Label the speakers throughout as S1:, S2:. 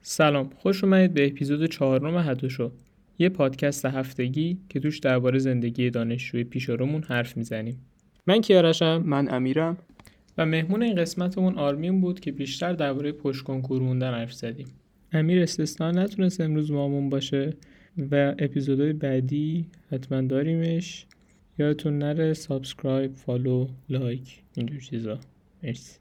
S1: سلام، خوش اومدید به اپیزود 4 حدوشو، یه پادکست هفتگی که توش درباره زندگی دانشجوی پیشرومون حرف میزنیم. من کیارشم،
S2: من امیرم
S1: و مهمون این قسمتمون آرمین بود که بیشتر درباره پشت کنکور موندن حرف زدیم. امیر استثنا نتونست امروز مامون باشه و اپیزودهای بعدی حتما داریمش. یادتون نره سابسکرایب، فالو، لایک، اینجور چیزا. مرسی.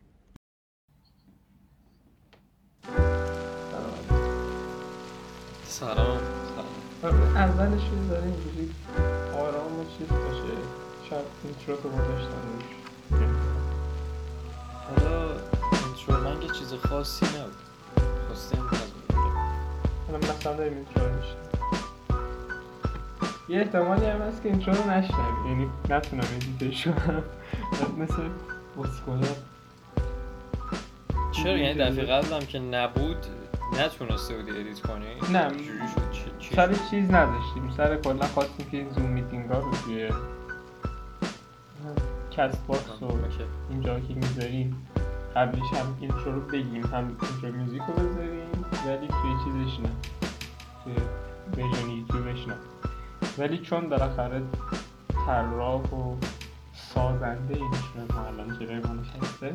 S3: سلام.
S1: اولش چیز داره اینجوری آرام و چیز باشه، شاید اینترو رو گذاشتم روش.
S3: حالا اینترو من یه چیز خاصی نبود، خواستیم
S1: حالا مثلا داریم اینترو رو میشنم، یه احتمالی هم هست که اینترو رو نشنم، یعنی نتونم ادیتش کنم مثل بسکولا.
S3: چرا؟ یعنی دفعه قبلم که نبود نتونسته بودی ادیت کنی؟
S1: نه،
S3: جوری شد
S1: سر چیز نداشتیم، سر کلا خواستیم که این زوم میتینگ ها رو توی کست باکس و اینجا که میذاریم قبلش هم اینترو رو بگیم، هم اینترو میوزیک رو بذاریم، ولی توی چیزش نه، توی ورژن یوتیوبش نه. ولی چون بالاخره طراح و سازنده اینترو ما الان جلوی ما نشسته،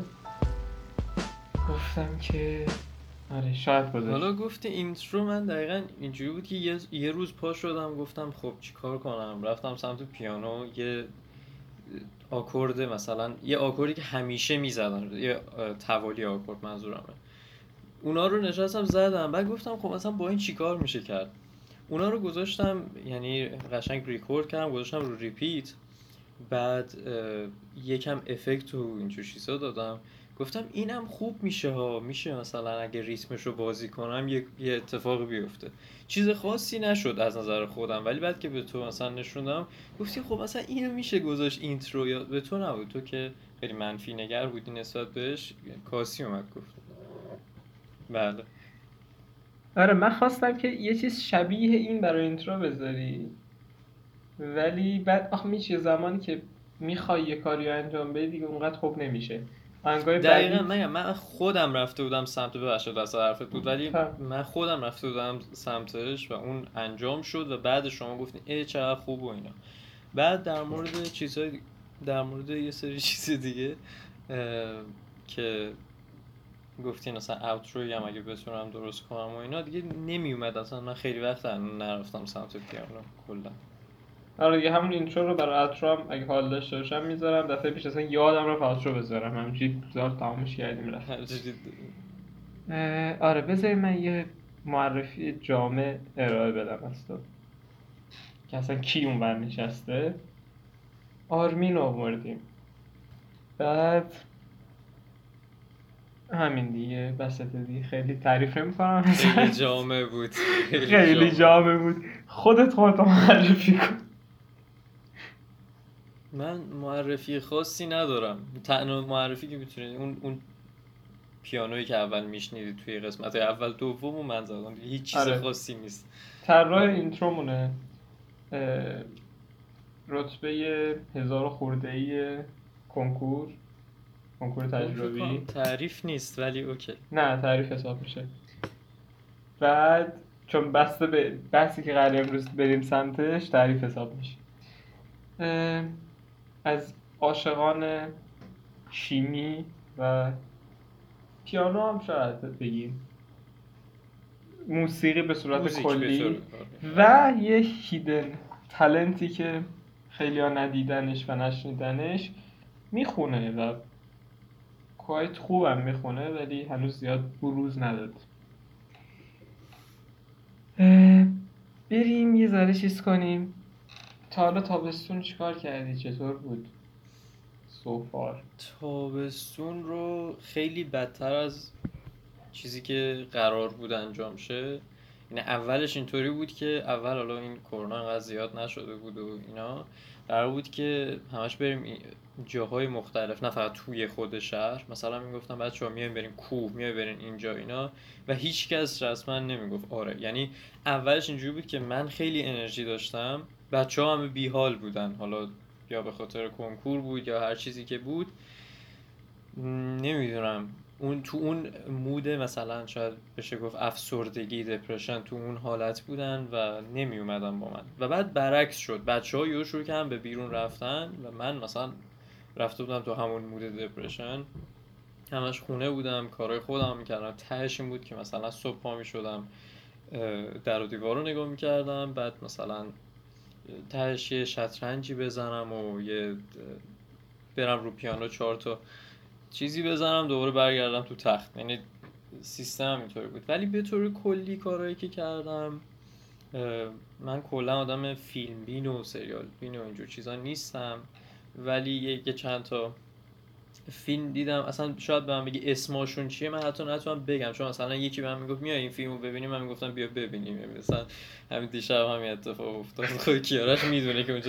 S1: گفتم که آره شاید گذاشت.
S3: حالا گفتی اینترو، من دقیقا اینجوری بود که یه روز پا شدم گفتم خب چیکار کنم، رفتم سمت پیانو، یه آکورد، مثلا یه آکوردی که همیشه میزدم، یه توالی آکورد منظورمه، اونا رو نشستم زدم، بعد گفتم خب مثلا با این چیکار میشه کرد. اونا رو گذاشتم، یعنی قشنگ ریکورد کردم، گذاشتم رو ریپیت، بعد یکم افکت و اینجور چیزا دادم، گفتم اینم خوب میشه ها، میشه مثلا اگه ریتمش رو بازی کنم یه اتفاق بیفته. چیز خاصی نشد از نظر خودم، ولی بعد که به تو مثلا نشوندم گفتی خب مثلا اینو میشه گذاشت اینترو، یا به تو نبود، تو که خیلی منفی نگر بودی نسبت بهش، کاسی اومد گفت بله.
S1: آره من خواستم که یه چیز شبیه این برای اینترو بذاری، ولی بعد آخه میشه زمانی که میخوای یه کاری انجام بدی دیگه اونقدر خوب نمیشه. آهنگای
S3: دقیقاً
S1: بعدی
S3: من خودم رفته بودم سمت، ببخشید دست حرفت بود، ولی من خودم رفته بودم سمتش و اون انجام شد و بعد شما گفتین ای چقدر خوب و اینا. بعد در مورد چیزهای، در مورد یه سری چیز دیگه که گفتین مثلا اوتروی هم اگه بتونم درست کنم و اینا دیگه نمی اومد اصلا، من خیلی وقت نرفتم سمت پیانو کلا.
S1: آره دیگه همون اینترو رو برای اترو هم اگه حال داشته باشم میذارم. دفعه پیش اصلا یادم رفت اترو بذارم، همینجوری زار تمامش کردیم رفت. آره بذاری من یه معرفی جامع ارائه بدم از تو که اصلا کی اون بر نشسته. آرمین رو آوردیم، بعد همین دیگه بسته دیگه، خیلی تعریف نمی‌کنم.
S3: خیلی جامع بود،
S1: خیلی جامع بود. خودت معرفی کن.
S3: من معرفی خاصی ندارم، تنها معرفی که میتونید اون پیانویی که اول میشنیدید توی قسمت اول دوم و من زدم، هیچ چیز خاصی نیست.
S1: طراح اینترومونه رتبه 1000 خورده‌ای کنکور تجربی.
S3: تعریف نیست ولی اوکی.
S1: نه تعریف حساب میشه. بعد چون بسته به بحثی که قراره امروز بریم سمتش تعریف حساب میشه. از عاشقان شیمی و پیانو هم شاید بگیم، موسیقی به صورت کلی و یه هیدن تالنتی که خیلی ها ندیدنش و نشنیدنش، میخونه و کوایت خوبم میخونه ولی هنوز زیاد بروز نداد. بریم یه ذره چیز کنیم. تا حالا تابستون چیکار کردی؟ چطور بود؟ سوفار
S3: تابستون رو خیلی بدتر از چیزی که قرار بود انجام شه. یعنی اولش اینطوری بود که اول حالا این کرونا انقدر زیاد نشده بود و اینا، قرار بود که همش بریم جاهای مختلف، نه فقط توی خود شهر. مثلا میگفتن بچه‌ها میایم بریم کوه، میایم بریم اینجا اینا، و هیچ کس رسما نمیگفت آره. یعنی اولش اینجوری بود که من خیلی انرژی داشتم، بچه‌ها همه بیحال بودن، حالا یا به خاطر کنکور بود یا هر چیزی که بود، نمیدونم. اون مود مثلا شاید بشه گفت افسردگی دپرشن تو اون حالت بودن و نمی اومدن با من و بعد برعکس شد بچه‌ها یهو شروع کردن به بیرون رفتن و من مثلا رفته بودم تو همون مود دپرشن همش خونه بودم کارهای خودم میکردم تهش این بود که مثلا صبح پا میشدم در و دیوار رو نگاه میکردم بعد مثلا تهش یه شطرنجی بزنم و یه برم رو پیانو 4 تا چیزی بزنم دوباره برگردم تو تخت. یعنی سیستم اینطوری بود. ولی به طور کلی کارهایی که کردم من کلا آدم فیلم بین و سریال بین و اینجور چیزا نیستم ولی یه چند تا فیلم دیدم اصلا شاید به من بگی اسمشون چیه من حتی نتونم بگم چون مثلا یکی به من میگفت میای این فیلمو ببینیم من میگفتم بیا ببینیم مثلا همین دیشب همین اتفاق افتاد خود کیارش میدونه که اونجا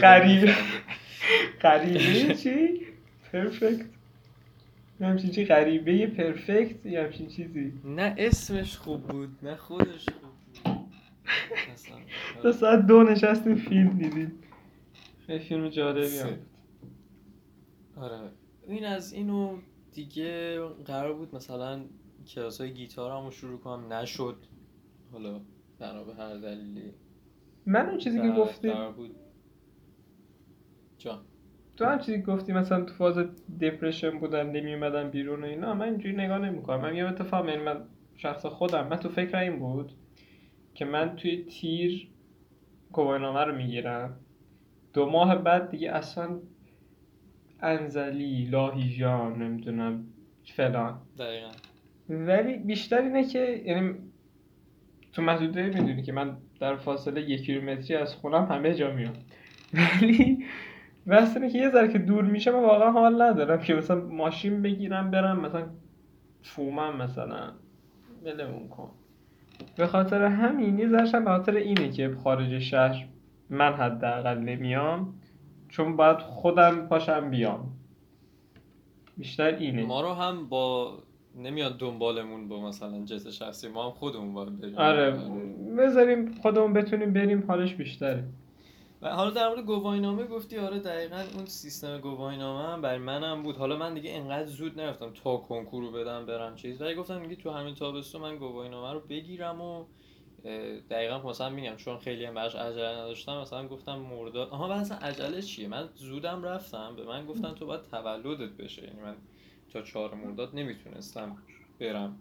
S1: غریبه چی؟ پرفکت همچین چی غریبه پرفکت یا همچین چیزی
S3: نه اسمش خوب بود نه خودش خوب بود
S1: تا ساعت 2 نشستیم فیلم دیدیم خیلی فیلم جالبی هم
S3: آره این از اینو دیگه قرار بود مثلا کلاسای گیتارمو شروع کنم نشد حالا بنا به هر دلیلی
S1: من اون چیزی که گفتی
S3: قرار بود جان
S1: تو هم چیزی گفتی مثلا تو فاز دپرشن بودن نمی اومدن بیرون و اینا من اینجوری نگاه نمی‌کنم من یه اتفاق من شخص خودم من تو فکر این بود که من توی تیر گواهینامه رو میگیرم 2 ماه بعد دیگه اصلا انزلی لاهیجان نمیدونم فلان
S3: دقیقاً
S1: ولی بیشتر اینه که یعنی تو محدوده میدونی که من در فاصله 1 کیلومتری از خونم همه جا میام ولی بس اینه که یه ذره که دور میشه من واقعا حال ندارم که مثلا ماشین بگیرم برم مثلا فومم مثلا ولمون کن به خاطر همین یه ذره‌شم به خاطر اینه که خارج شهر من حداقل نمیام چون باید خودم پاشم بیام بیشتر اینه
S3: ما رو هم با نمیاد دنبالمون با مثلا جت شخصی ما هم خودمون باید بریم
S1: آره بذاریم خودمون بتونیم بریم حالش بیشتره
S3: و حالا در مورد گواهینامه گفتی آره دقیقاً اون سیستم گواهینامه هم برای منم بود حالا من دیگه انقدر زود نرفتم تا کنکور رو بدم برم چیز ولی گفتم دیگه تو همین تابستون من گواهینامه رو بگیرم و دقیقاً مثلا میگم چون خیلی هم براش عجله نداشتم مثلا گفتم مرداد مثلا عجله چیه من زودم رفتم به من گفتن تو باید تولدت بشه یعنی من تا 4 مرداد نمیتونستم برم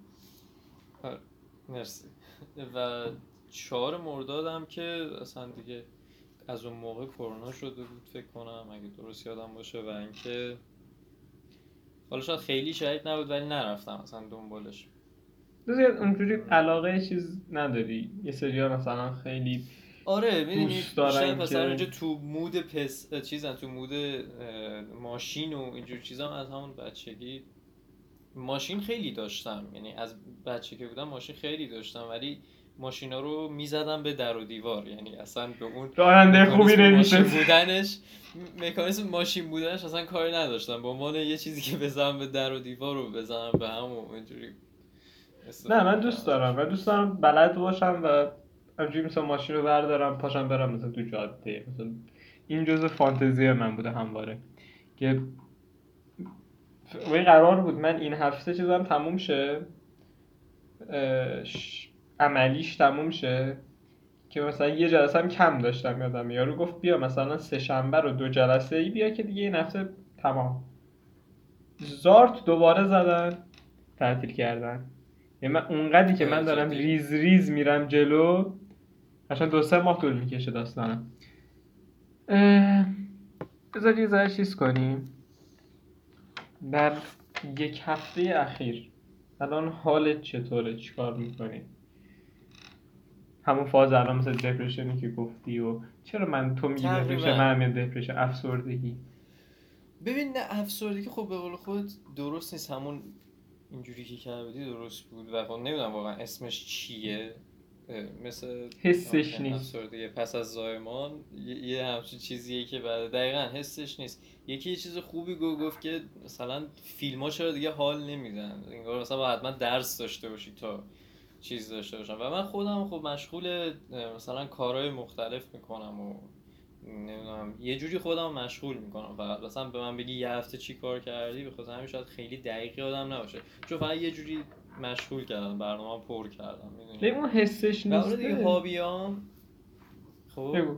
S3: مرسی و 4 مردادم که اصلا دیگه از اون موقع کرونا شده بود فکر کنم اگه درست یادم باشه و اینکه حالا شاید خیلی شاید نبود ولی نرفتم اصلا دنبالش
S1: زیاد اونجوری علاقه چیز نداری یه سری‌ها مثلا خیلی
S3: آره میدونی بیشتر مثلا اونجا
S1: که
S3: تو مود چیزن تو مود ماشین و اینجور چیزا از همون بچگی ماشین خیلی داشتم یعنی از بچه که بودم ماشین خیلی داشتم ولی ماشینا رو میزدم به در و دیوار یعنی اصلا به اون
S1: راننده خوبی نمیشه
S3: بودنش مکانیزم ماشین بودنش اصلا کاری نداشتم به عنوان یه چیزی که بزنم به در و دیوار رو بزنم به هم و اینجوری
S1: نه من دوست دارم بلد باشم و همجوری مثلا ماشین رو بردارم پاشم برم مثلا تو جاده مثلا این جزء فانتزی من بوده همواره که قرار بود من این هفته چیزم تموم شه عملیش تموم شه که مثلا یه جلسه هم کم داشتم یادم یارو گفت بیا مثلا 3 شنبه رو 2 جلسه ای بیا که دیگه این هفته تمام زارت دوباره زدن تعطیل کردن یعنی من اونقدری که من دارم ریز ریز میرم جلو عشان 2-3 ماه طول میکشه داستانم بذار یه ذره چیز کنیم در 1 هفته اخیر الان حالت چطوره چیکار میکنی همون فاز الان مثل دپرشنی که گفتی و چرا تو میگی دپرشن من هم دپرشن افسردگی
S3: ببین نه افسردگی خب به قول خود درست نیست همون اینجوری که کردی درست بود و خب نمیدونم واقعا اسمش چیه مثل
S1: حسش نیست
S3: افسردگی پس از زایمان یه همچین چیزیه که بعد دقیقاً حسش نیست یکی یه چیز خوبی گفت که مثلا فیلم‌ها چرا دیگه حال نمیدن انگار مثلا باید حتما درس داشته باشی تا چیز داشته باشم و من خودم خب مشغول مثلا کارهای مختلف میکنم و نمیدونم یه جوری خودم مشغول میکنم. فقط مثلا به من بگی یه هفته چی کار کردی، بخاطر همین شاید خیلی دقیق یادم نباشه، چون فقط یه جوری مشغول کردم، برنامه پر کردم، میدونی.
S1: اون حسش
S3: و آره دیگه
S1: نیسته.
S3: هابیام. خب
S1: بگو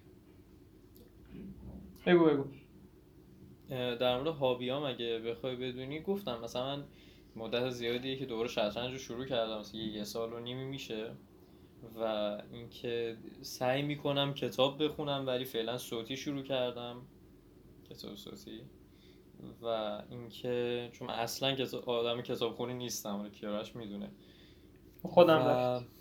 S1: بگو بگو.
S3: در مورد هابیام اگه بخوای بدونی، گفتم مثلا من مدت زیادیه که دوباره شطرنج رو شروع کردم، مثلا یه سال و نیمی میشه. و اینکه سعی میکنم کتاب بخونم، ولی فعلا صوتی شروع کردم، کتاب صوتی. و اینکه چون من اصلا آدم کتابخونی نیستم، کیارش میدونه.
S1: خودم
S3: و
S1: رفت.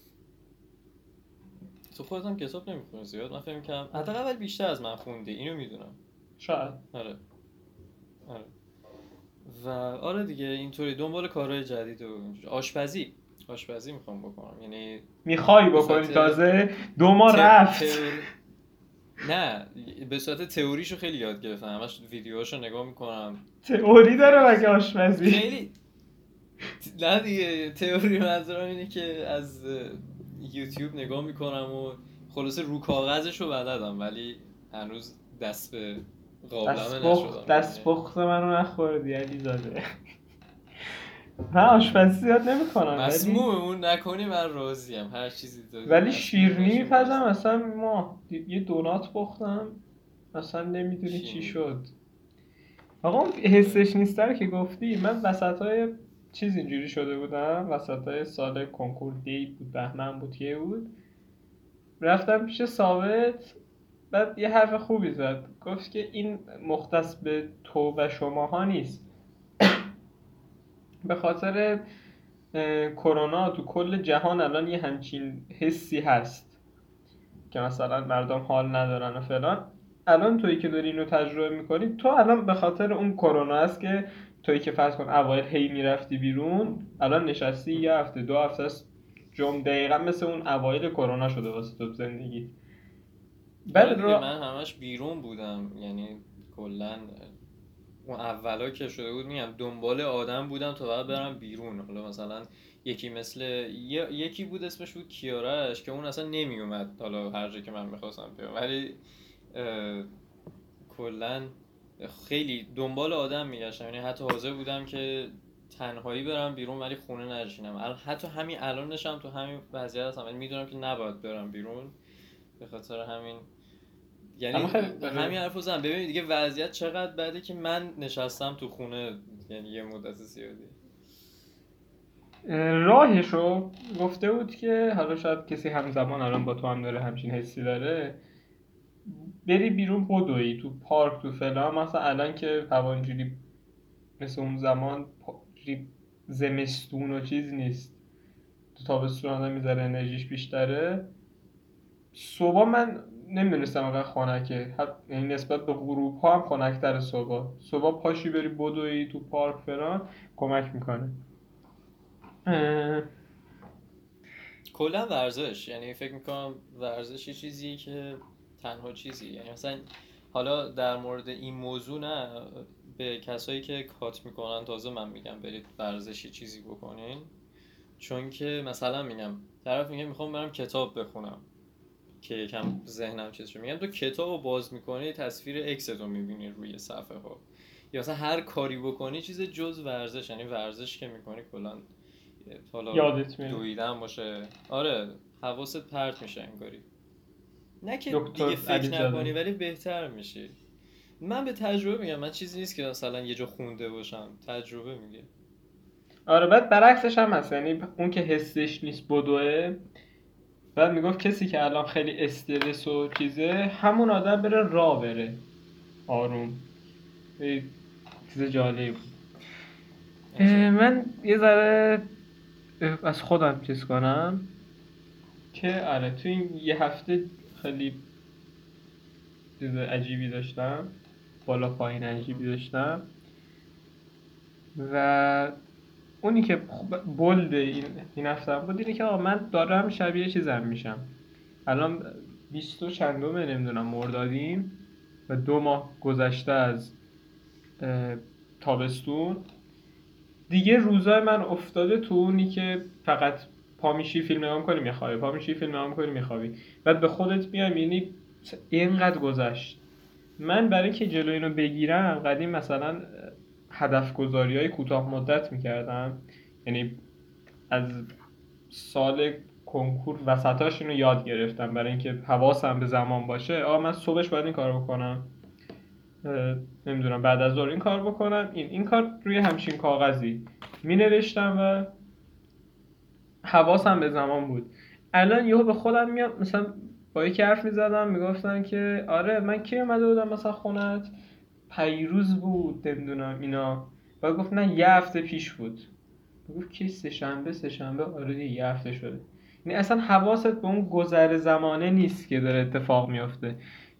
S3: تو خودت هم کتاب نمیخونی زیاد، من فکر کنم حداقل بیشتر از من خوندی، اینو میدونم.
S1: شاید.
S3: آره آره. و آره دیگه اینطوری دنبال کارهای جدید و آشپزی میخوام بکنم، یعنی
S1: میخوای
S3: به
S1: بکنی؟
S3: صورت
S1: تازه 2 ماه رفت.
S3: نه، به صورت تئوریشو خیلی یاد گرفتم، همش ویدیوهاشو نگاه میکنم.
S1: تئوری داره مگه آشپزی؟
S3: خیلی نه دیگه، تئوری منظورم اینه که از یوتیوب نگاه میکنم و خلاصه رو کاغذشو بلدم، ولی هنوز دست به قابلمه نشدم.
S1: دستپخت منو نخوردی علی زاده. من آشپزی زیاد نمیکنم ولی
S3: مسموممون نکنی من راضیم، هر چیزی دادی
S1: ولی
S3: مسموم
S1: شیرینی
S3: نشیم
S1: میپزم.
S3: راضیم.
S1: مثلا ما یه دونات پختم، مثلا نمیدونی چی
S3: چی؟
S1: شد. آقا اون حسش نیست رو که گفتی، من وسطای چیز اینجوری شده بودم، وسطای سال کنکور دی بود، بهمن بود که بود، رفتم پیش ثابت، بعد یه حرف خوبی زد، گفت که این مختص به تو و شماها نیست، به خاطر کرونا تو کل جهان الان یه همچین حسی هست که مثلا مردم حال ندارن و فلان. الان تویی که داری اینو تجربه میکنی، تو الان به خاطر اون کرونا است که تویی که فرض کن اوایل هی میرفتی بیرون، الان نشستی یه هفته 2 هفته است دقیقا مثل اون اوایل کرونا شده واسه تو زندگی.
S3: آره
S1: بعد
S3: دیگه من همش بیرون بودم، یعنی کلا اون اولا که شده بود میگم دنبال آدم بودم تا بعد برم بیرون. حالا مثلا یکی مثل یکی بود اسمش بود کیارش که اون اصلا نمیومد حالا هر جا که من میخواستم بیام، ولی کلا خیلی دنبال آدم میگشتم، یعنی حتی حاضر بودم که تنهایی برم بیرون ولی خونه نشینم. حتی همین الانشم تو همین وضعیت هستم، یعنی میدونم که نباید برم بیرون، به خاطر همین
S1: اما
S3: یعنی
S1: خیلی
S3: همین حرفو زدم. ببین دیگه وضعیت چقدر بده که من نشستم تو خونه، یعنی یه مدت زیادی.
S1: راهشو گفته بود که حالا شاید کسی همزمان الان با تو هم داره همچین حسی داره، بری بیرون بدوی تو پارک تو فلان. مثلا الان که هوا اینجوری مثل اون زمان زمستون و چیز نیست، تو تابستون آدم میذاره انرژیش بیشتره. صبح من نمیدونستم اگر خنکه، یعنی نسبت به غروب ها هم خنک‌تره. صبح پاشی بری بدوی تو پارک فلان کمک میکنه.
S3: کلا ورزش، یعنی فکر میکنم ورزش یه چیزیه که تنها چیزی، یعنی مثلا حالا در مورد این موضوع نه، به کسایی که کات میکنن تازه من میگم برید ورزشی چیزی بکنین. چون که مثلا میگم طرف میگه میخوام برم کتاب بخونم که یکم ذهنم چیز شد، میگم تو کتابو باز میکنی تصویر اکس رو میبینی روی صفحه ها، یا مثلا هر کاری بکنی چیز جز ورزش، یعنی ورزش که میکنی کلا حالا
S1: یادت میره.
S3: دویدن باشه، آره حواست پرت میشه انگاری، نه که
S1: دکتر
S3: دیگه
S1: علی
S3: فکر نکنی
S1: زاده.
S3: ولی بهتر میشی. من به تجربه میگم، من چیزی نیست که مثلا یه جا خونده باشم، تجربه میگه.
S1: آره بعد برعکسش هم هست، یعنی اون که حسش نیست بدوه، بعد میگفت کسی که الان خیلی استرس و چیزه، همون آدم بره راه بره آروم. خیلی چیز جالبی بود. من یه ذره از خودم چیز کنم که آره تو این یه هفته خیلی چیز عجیبی داشتم، بالا پایین عجیبی داشتم. و اونی که بولد این هفته بود اینه که آقا من دارم شبیه چیزم میشم. الان 20 و چندمه نمیدونم مردادیم و 2 ماه گذشته از تابستون دیگه. روزای من افتاده تو اونی که فقط پا میشی فیلم نگاه می‌کنی میخوابی، پا میشی فیلم نگاه می‌کنی میخوابی. بعد به خودت میای میبینی اینقدر گذشت. من برای که جلوی اینو بگیرم قدیم مثلا هدف گذاری های کوتاه مدت میکردم، یعنی از سال کنکور وسطاش اینو یاد گرفتم برای اینکه حواسم به زمان باشه. من صبحش باید این کار بکنم، نمیدونم بعد از ظهر این کار بکنم. این کار روی همچین کاغذی می نوشتم و حواسم به زمان بود. الان یهو به خودم میاد، مثلا با یکی حرف میزدم میگفتن که آره من کی اومده بودم مثلا خونت پیروز بود نمیدونم اینا، و گفت نه یه هفته پیش بود. گفت کی؟ سه شنبه آره دیگه یه هفته شده. یعنی اصلا حواست به اون گذر زمانه نیست که داره اتفاق میفته.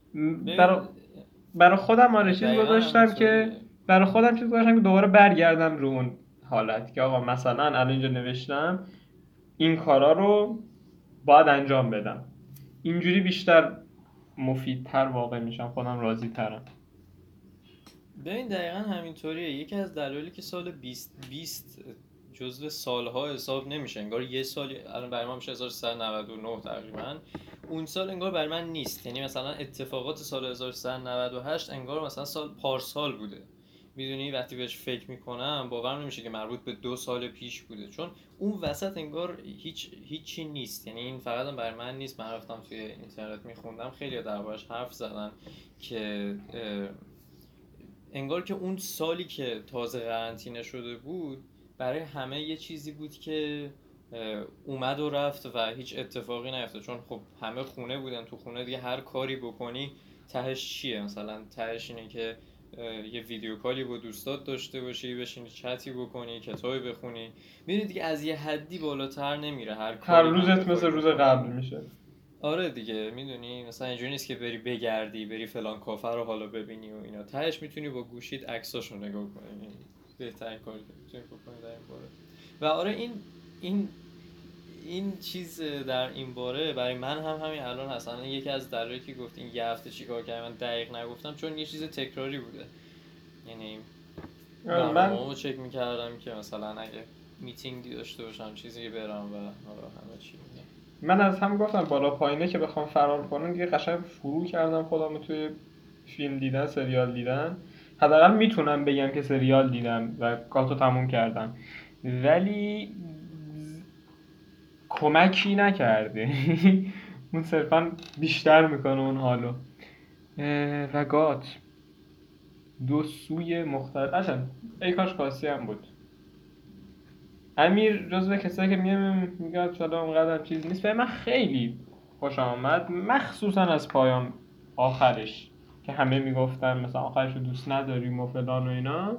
S1: برای خودم آره چیز گذاشتم که دوباره برگردم رو اون حالت که آقا مثلا الان اینجا نوشتم این کارا رو باید انجام بدم. اینجوری بیشتر مفیدتر واقع میشم، خودم راضی ترم.
S3: ببین دقیقا همینطوریه. یکی از دلایلی که سال 2020 جزو سالها حساب نمیشه، انگار یه سال الان برای ما میشه 1399 تقریبا، اون سال انگار برای من نیست. یعنی مثلا اتفاقات سال 1398 انگار مثلا سال پارسال بوده. میدونی وقتی بهش فکر میکنم باورم نمیشه که مربوط به 2 سال پیش بوده، چون اون وسط انگار هیچی نیست. یعنی این فقط هم برای من نیست، من رفتم توی اینترنت میخوندم خیلی دربارش حرف زدن که انگار که اون سالی که تازه قرنطینه شده بود برای همه یه چیزی بود که اومد و رفت و هیچ اتفاقی نیفتاد، چون خب همه خونه بودن. تو خونه دیگه هر کاری بکنی تهش چیه؟ مثلا تهش اینه که یه ویدیو کالی با دوستات داشته باشی، بشینی چتی بکنی، کتابی بخونی. میدونی دیگه از یه حدی بالاتر نمیره.
S1: هر روزت مثل روز قبل میشه.
S3: آره دیگه، میدونی مثلا اینجوری نیست که بری بگردی، بری فلان کافه رو حالا ببینی و اینا. تهش میتونی با گوشیت عکساشو نگاه کنی. بهترین کاری که میتونی بکنی در این باره. و آره این چیز در این باره برای من هم همین الان هست. الان یکی از دلایلی که گفتین یه هفته چیکار کردم من دقیق نگفتم، چون یه چیز تکراری بوده. یعنی من چک میکردم که مثلا اگه میتینگی داشته باشم چیزی برم و همه چی.
S1: من از هم گفتم بالا پایینه که بخوام فرار کنم دیگه قشنگ فرو کردم خودم توی فیلم دیدن، سریال دیدن. حداقل میتونم بگم که سریال دیدم و کارتو تموم کردم، ولی کمکی نکرده. اون صرفا بیشتر میکنه اون حالو. و گات دو سوی مختلف. اصلا ای کاش کاسی هم بود. امیر جزو کسایی که میگه چرا اونقدر چیز نیست، به من خیلی خوش آمد، مخصوصا از پایان آخرش که همه میگفتن مثلا آخرش رو دوست نداریم و فلان و اینا.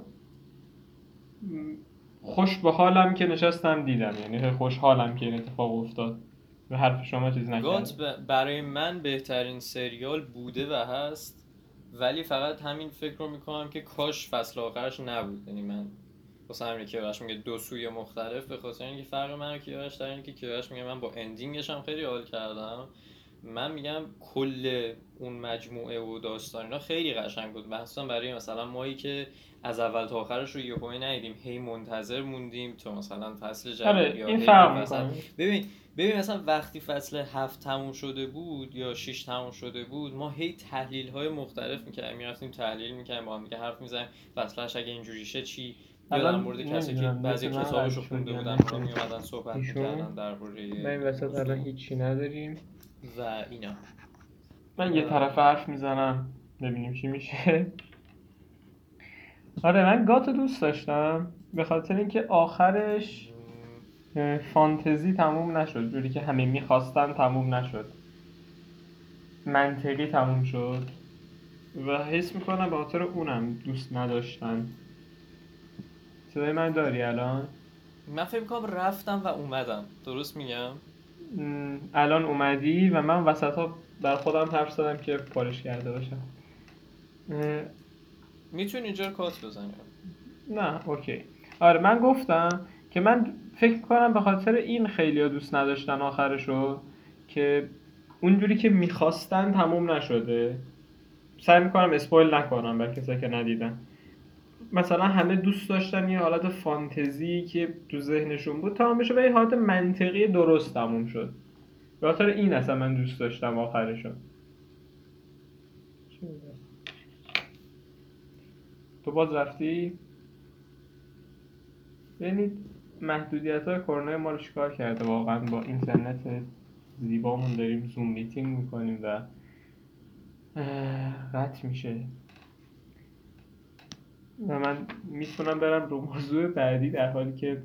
S1: خوش به حالم که نشستم دیدم، یعنی خوشحالم که این اتفاق افتاد و حرف شما چیز نکرد.
S3: گات برای من بهترین سریال بوده و هست، ولی فقط همین فکر رو میکنم که کاش فصل آخرش نبود. یعنی من واسه همین که کیارش میگه دو سوی مختلف، به خاطر اینکه فرق من و کیارش در اینه که کیارش میگه من با اندینگش هم خیلی حال کردم، من میگم کل اون مجموعه و داستان اینا خیلی قشنگ بود، مخصوصا برای مثلا مایی که از اول تا آخرش رو یهویی ندیدیم، هی منتظر موندیم تا مثلا فصل جدید بیاد.
S1: این فرق میکنه.
S3: ببین مثلا وقتی فصل 7 تموم شده بود یا 6 تموم شده بود، ما هی تحلیل های مختلف میکردیم، میرفتیم تحلیل میکردیم، با هم دیگه حرف میزنیم فصلش اگه اینجوری شه چی، یا در مورد کسی که بعضی کتابشو خونده بودن اونا میومدن صحبت میکردن درباره
S1: ما این وسط الان هیچی نداریم
S3: و اینا.
S1: من یه طرف حرف میزنم ببینیم چی میشه. آره من گاتو دوست داشتم به خاطر اینکه آخرش فانتزی تموم نشد، جوری که همه میخواستن تموم نشد، منطقی تموم شد و حس میکنم به خاطر اونم دوست نداشتن. صدای من داری الان؟
S3: من فکر میکنم رفتم و اومدم، درست میگم؟
S1: الان اومدی و من وسط ها بر خودم حرف زدم که پارش کرده باشم.
S3: میتونی اینجا رو کات بزنی.
S1: نه اوکی. آره من گفتم که من فکر کنم به خاطر این خیلی ها دوست نداشتن آخرشو، که اونجوری که میخواستن تموم نشده. سعی میکنم اسپویل نکنم برای کسایی که ندیدن. مثلا همه دوست داشتن یه حالت فانتزی که تو ذهنشون بود تمام بشه و یه حالت منطقی درست تموم شد. به خاطر این اصلا من دوست داشتم آخرشو. تو باز رفتی؟ ببینید محدودیت های کرونا ما رو چیکار کرده واقعا. با اینترنت زیبامون داریم زوم میتینگ میکنیم و قطع میشه و من میتونم برم رو موضوع بعدی در حالی که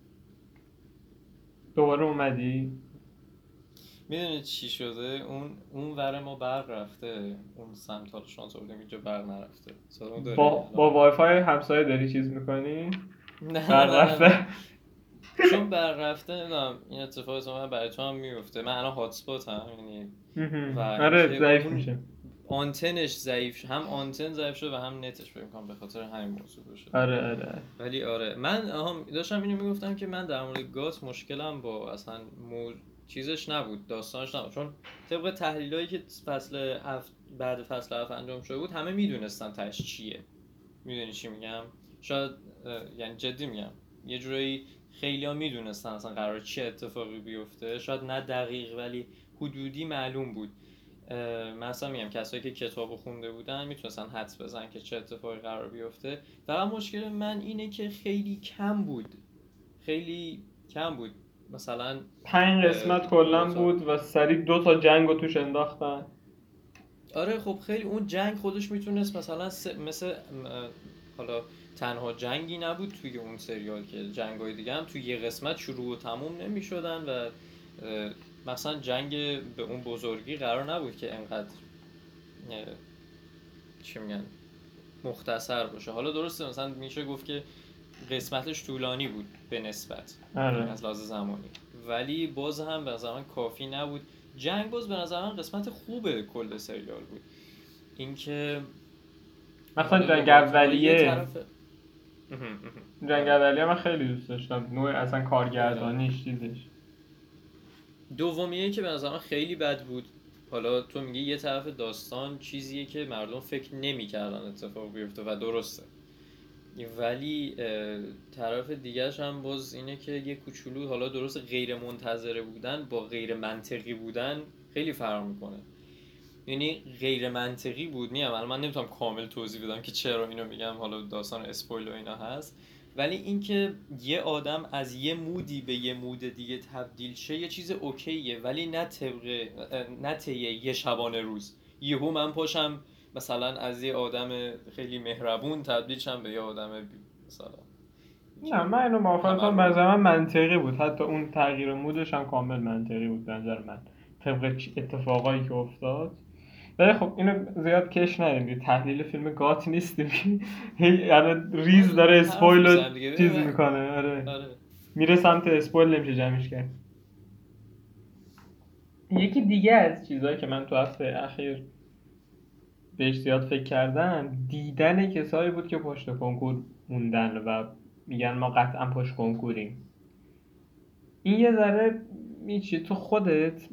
S1: دوباره اومدی.
S3: میدونی چی شده؟ اون ور ما برق رفته، اون سمت حالا شانس آوردیم اینجا برق نرفته. صدامو داری
S1: با وای فای همسایه داری چیز میکنی؟
S3: نه
S1: برق رفته؟
S3: چون برق رفته نمیدونم این اتفاق اصلا برای تو هم میفته. من الان هاتسپات هم یعنی و
S1: آره ضعیف میشه.
S3: آنتنش ضعیف شد، هم آنتن ضعیف شد و هم نتش فکر کنم به خاطر همین موضوع باشه.
S1: آره
S3: ولی آره من داشتم اینو میگفتم که من در مورد گاز مشکلم با اصلا چیزش نبود، داستانش نبود، چون طبق تحلیلایی که بعد فصل 7 انجام شده بود همه میدونستن تاش چیه. میدونی چی میگم؟ شاید یعنی جدی میگم یه جورایی خیلی‌ها میدونستن اصلا قرار چه اتفاقی بیفته، شاید نه دقیق ولی حدودی معلوم بود. مثلا میگم کسایی که کتابو خونده بودن میتونستن حدس بزنن که چه اتفاقی قرار بیفته. فقط مشکل من اینه که خیلی کم بود. مثلا
S1: 5 قسمت کلا بود و سریع 2 تا جنگو توش انداختن.
S3: آره خب خیلی اون جنگ خودش میتونست مثلا مثل حالا تنها جنگی نبود توی اون سریال که جنگای دیگه هم توی یه قسمت شروع و تموم نمیشدن و مثلا جنگ به اون بزرگی قرار نبود که انقدر چی میگن مختصر باشه. حالا درسته مثلا میشه گفت که قسمتش طولانی بود به نسبت از لحاظ زمانی، ولی باز هم به نظر من کافی نبود. جنگ باز به نظر من قسمت خوبه کل سریال بود. اینکه
S1: مثلا جنگ اولیه من خیلی دوست داشتم، نوع اصلا کارگردانیش چیزش.
S3: دومیه که به نظر من خیلی بد بود. حالا تو میگی یه طرف داستان چیزیه که مردم فکر نمی‌کردن اتفاق بیفته و درسته، ولی طرف دیگه‌ش هم باز اینه که یه کوچولو حالا درست غیر منتظره بودن با غیر منطقی بودن خیلی فرق میکنه. یعنی غیر منطقی بود. من نمیتونم کامل توضیح بدم که چرا اینو میگم، حالا داستان اسپویل و اینا هست، ولی اینکه یه آدم از یه مودی به یه مود دیگه تبدیل شه یه چیز اوکیه، ولی نه طی یه شبانه روز یهو من پاشم مثلا از یه آدم خیلی مهربون تبدیل شم به یه آدم مثلا.
S1: نه من اینو موافقم، به نظر من منطقی بود، حتی اون تغییر مودش هم کامل منطقی بود به نظر من طبق اتفاقایی که افتاد. ولی خب اینو زیاد کش ندیم، تحلیل فیلم گات نیستیم. یعنی ریز داره اسپویل رو چیز میکنه. آره میره سمت اسپویل نمیشه جمعش کرد. یکی دیگه از چیزهایی که من تو هفته اخیر بهش زیاد فکر کردم دیدن کسایی بود که پشت کنکور موندن و میگن ما قطعا پشت کنکوریم. این یه ذره میچی تو خودت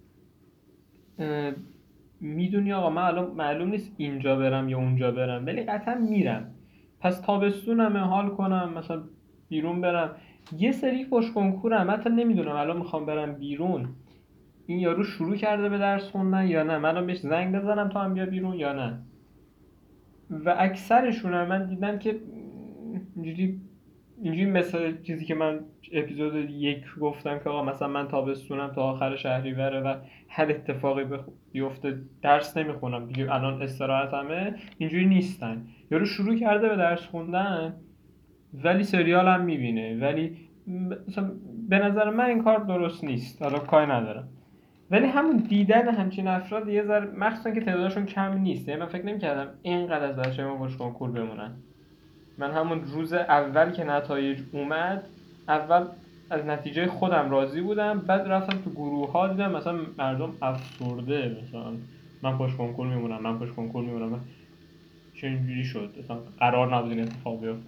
S1: میدونی آقا من الان معلوم نیست اینجا برم یا اونجا برم ولی قطعا میرم، پس تابستونم حال کنم مثلا بیرون برم. یه سری پشت کنکورم حتی نمیدونم الان میخوام برم بیرون این یارو شروع کرده به درس خوندن یا نه، من الان بهش زنگ بزنم تا هم بیا بیرون یا نه. و اکثرشون هم من دیدم که اینجوری مثل چیزی که من اپیزود 1 گفتم که آقا مثلا من تابستونم تا آخر شهریوره و هر اتفاقی بیفته درس نمیخونم دیگه الان استراحتمه، اینجوری نیستن. یارو شروع کرده به درس خوندن ولی سریال هم میبینه، ولی مثلا به نظر من این کار درست نیست. حالا کاری ندارم ولی همون دیدن همچین افراد یه ذره، مخصوصا که تعدادشون کم نیست، یعنی من فکر نمی‌کردم اینقدر از بچه‌ها پشت کنکور بمونن. من همون روز اول که نتایج اومد اول از نتیجه خودم راضی بودم، بعد رفتم تو گروه‌ها دیدم مثلا مردم افسرده مثلا من پشت کنکور میمونم. چه اینجوری شد؟ مثلا قرار نبود این اتفاق بیفته.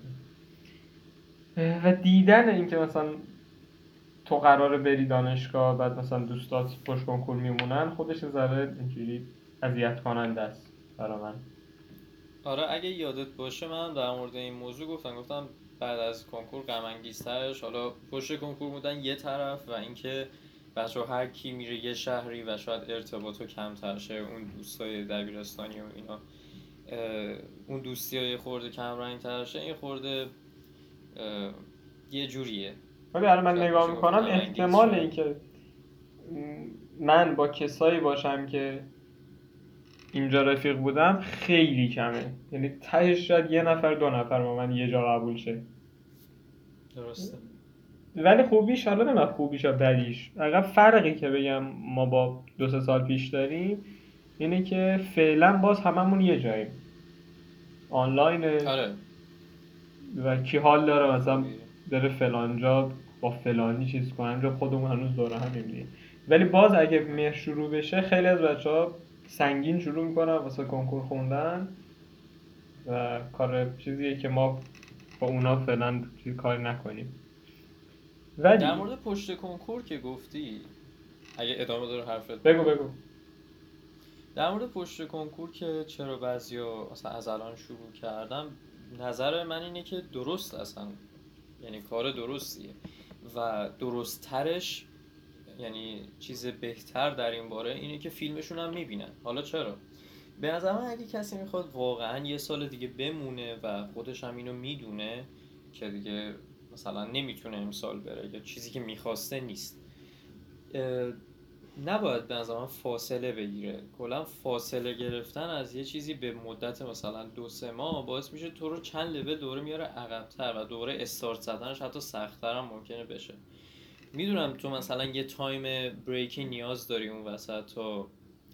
S1: و دیدن این که مثلا تو قراره بری دانشگاه بعد مثلا دوستات پشت کنکور میمونن خودش ذره اینجوری اذیت کننده است برای من.
S3: آره اگه یادت باشه من در مورد این موضوع گفتم بعد از کنکور غم انگیزترش حالا پشت کنکور بودن یه طرف و اینکه بچه هر کی میره یه شهری و شاید ارتباطو کمتر شه، اون دوستای دبیرستانی و اینا اون دوستی های خورده کم رنگ تر شه، این خورده یه جوریه.
S1: ولی الان من
S3: شاید
S1: نگاه
S3: میشه گفت
S1: میکنم
S3: غم انگیز
S1: احتمال
S3: شاید.
S1: اینکه من با کسایی باشم که اینجا رفیق بودم خیلی کمه، یعنی تهش شاید یه نفر دو نفر با من یه جا قبول شه.
S3: درسته.
S1: ولی خوبیش، حالا نمیم خوبیش یا بدیش، اگر فرقی که بگم ما با 2-3 سال پیش داریم اینه که فعلا باز هممون یه جاییم، آنلاینه
S3: آره
S1: و کی حال داره مثلا بره فلانجا با فلانی چیز کنن، جا خودمون هنوز دوره هم میبینیم. ولی باز اگه مهر شروع بشه خیلی از بچه‌ها سنگین شروع میکنن واسه کنکور خوندن و کار چیزیه که ما با اونا فعلا چیز کاری نکنیم. ولی
S3: در مورد پشت کنکور که گفتی، اگه ادامه داره حرفت
S1: بگو.
S3: در مورد پشت کنکور که چرا بعضیا اصلا از الان شروع کردم، نظر من اینه که درست اصلا، یعنی کار درستیه و درست ترش، یعنی چیز بهتر در این باره اینه که فیلمشون هم میبینن. حالا چرا؟ به نظر من اگه کسی میخواد واقعا یه سال دیگه بمونه و خودش هم اینو میدونه که دیگه مثلا نمیتونه امسال بره یا چیزی که میخواسته نیست، نباید به نظر من فاصله بگیره. کلا فاصله گرفتن از یه چیزی به مدت مثلا 2-3 ماه باعث میشه تو رو چند لول دوره میاره عقب‌تر و دوره استارت زدنش حتی سخت‌تر هم ممکنه بشه. میدونم تو مثلا یه تایم بریکی نیاز داری اون وسط تا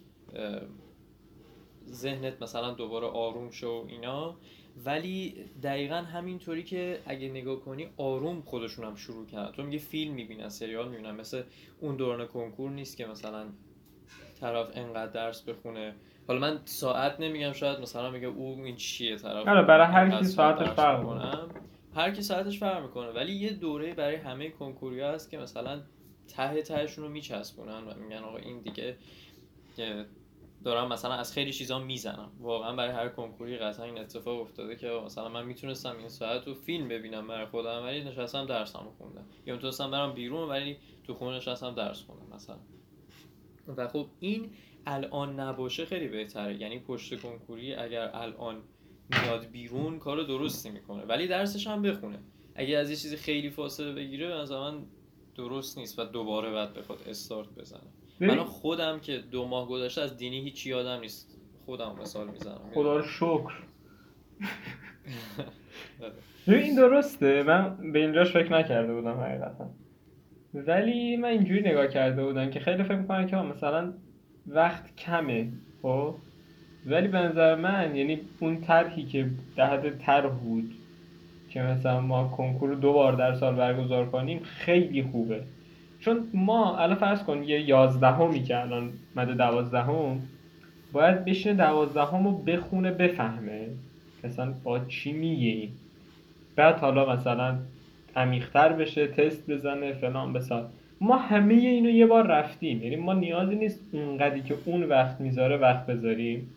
S3: ذهنت مثلا دوباره آروم شو و اینا، ولی دقیقا همینطوری که اگه نگاه کنی آروم خودشون هم شروع کردن. تو میگه فیلم میبینن، سریال میبینن، مثل اون دوران کنکور نیست که مثلا طرف انقدر درس بخونه. حالا من ساعت نمیگم، شاید مثلا میگه او این چیه طرف،
S1: آره برای هر
S3: انقدر
S1: کی
S3: ساعت
S1: ساعتش
S3: درس
S1: فرق
S3: میکنم. هر کی ساعتش فرق میکنه، ولی یه دوره برای همه کنکوریا هست که مثلا تهشون رو میچسبونن و میگن آقا این دیگه که دارم مثلا از خیلی چیزا میزنم. واقعا برای هر کنکوری قطعا این اتفاق افتاده که مثلا من میتونستم این ساعت رو فیلم ببینم برای خودم ولی نشستم درسم رو خوندم، یا میتونستم برم بیرون ولی تو خونه نشستم درس خوندم مثلا. و خب این الان نباشه خیلی بهتره، یعنی پشت کنکوری اگر الان میاد بیرون کار درستی میکنه ولی درسش هم بخونه. اگه از یه چیزی خیلی فاصله بگیره به نظر من درست نیست و دوباره بعد بخواد استارت بزنه. من خودم که 2 ماه گذشته از دینی هیچی یادم نیست، خودم مثال میزنم.
S1: خدا رو شکر. این درسته، من به اینجاش فکر نکرده بودم حقیقتا، ولی من اینجوری نگاه کرده بودم که خیلی فکر میکنم که مثلا وقت کمه خب، ولی به نظر من یعنی اون طرحی که در حد طرح بود که مثلا ما کنکور رو 2 بار در سال برگزار کنیم خیلی خوبه. چون ما الان فرض کن یه 11می که الان مده 12 باید بشینه 12 رو بخونه بفهمه مثلا با چی میگه، بعد حالا مثلا عمیق‌تر بشه تست بزنه فلان بسار. ما همه اینو یه بار رفتیم، یعنی ما نیازی نیست اونقدری که اون وقت میذاره وقت بذاریم.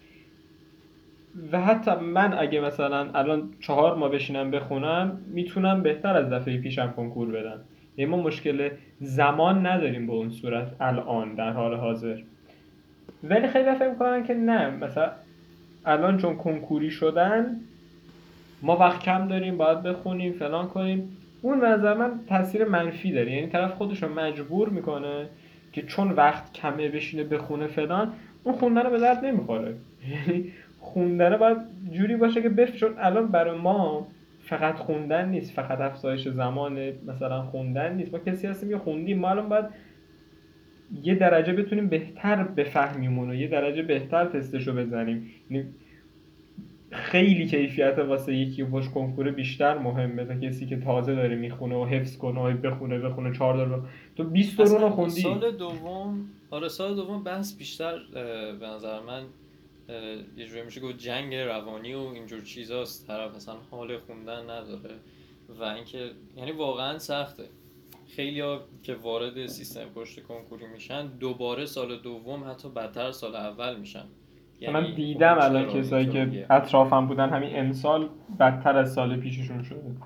S1: و حتی من اگه مثلا الان 4 ماه بشینم بخونم میتونم بهتر از دفعه پیشم کنکور بدم، یعنی ما مشکل زمان نداریم به اون صورت الان در حال حاضر. ولی خیلی فکر می‌کنن که نه، مثلا الان چون کنکوری شدن ما وقت کم داریم باید بخونیم فلان کنیم. اون به نظر من تاثیر منفی داره، یعنی طرف خودش رو مجبور میکنه که چون وقت کمه بشینه بخونه فلان، اون خوندن به درد نمیخوره. یعنی خوندن باید جوری باشه که چون الان برای ما فقط خوندن نیست، فقط افزایش زمان مثلا خوندن نیست. ما کسی هستیم که خوندیم، ما الان باید یه درجه بتونیم بهتر بفهمیم اونو، یه درجه بهتر تستشو بزنیم. یعنی خیلی کیفیت واسه یکی پشت کنکور بیشتر مهمه تا کسی که تازه داره میخونه و حفظ کنه و بخونه 4 دور تو 20 دور رو خوندی.
S3: سال دوم بحث بیشتر به نظر من یه جوری میشه گفت جنگ روانی و اینجور چیزاست، طرف اصلا حال خوندن نداره و اینکه یعنی واقعا سخته. خیلیا که وارد سیستم پشت کنکوری میشن دوباره سال دوم حتی بدتر سال اول میشن.
S1: من دیدم الان کسایی که اطرافم بودن همین امسال بدتر از سال پیششون شده.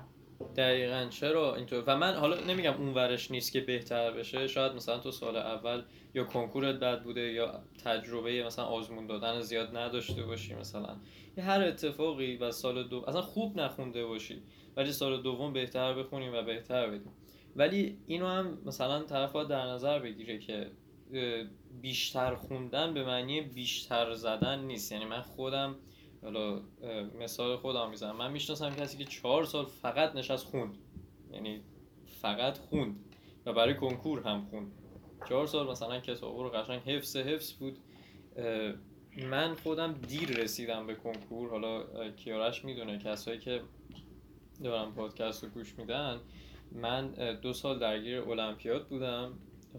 S3: دقیقاً چرا اینطور. و من حالا نمیگم اون ورش نیست که بهتر بشه، شاید مثلا تو سال اول یا کنکورت بد بوده یا تجربه مثلا آزمون دادن زیاد نداشته باشی مثلا، یه هر اتفاقی، و سال دو اصلا خوب نخونده باشی ولی سال دوم بهتر بخونیم و بهتر بدیم. ولی اینو هم مثلا طرف باید در نظر بگیره که بیشتر خوندن به معنی بیشتر زدن نیست. یعنی من خودم، حالا مثال خودم میزنم، من میشناسم کسی که 4 سال فقط نشست خوند، یعنی فقط خوند و برای کنکور هم خوند. 4 سال مثلا کتابو رو قشنگ حفظ بود. من خودم دیر رسیدم به کنکور. حالا کیارش میدونه، کسایی که دارم پادکست رو گوش میدن، من 2 سال درگیر المپیاد بودم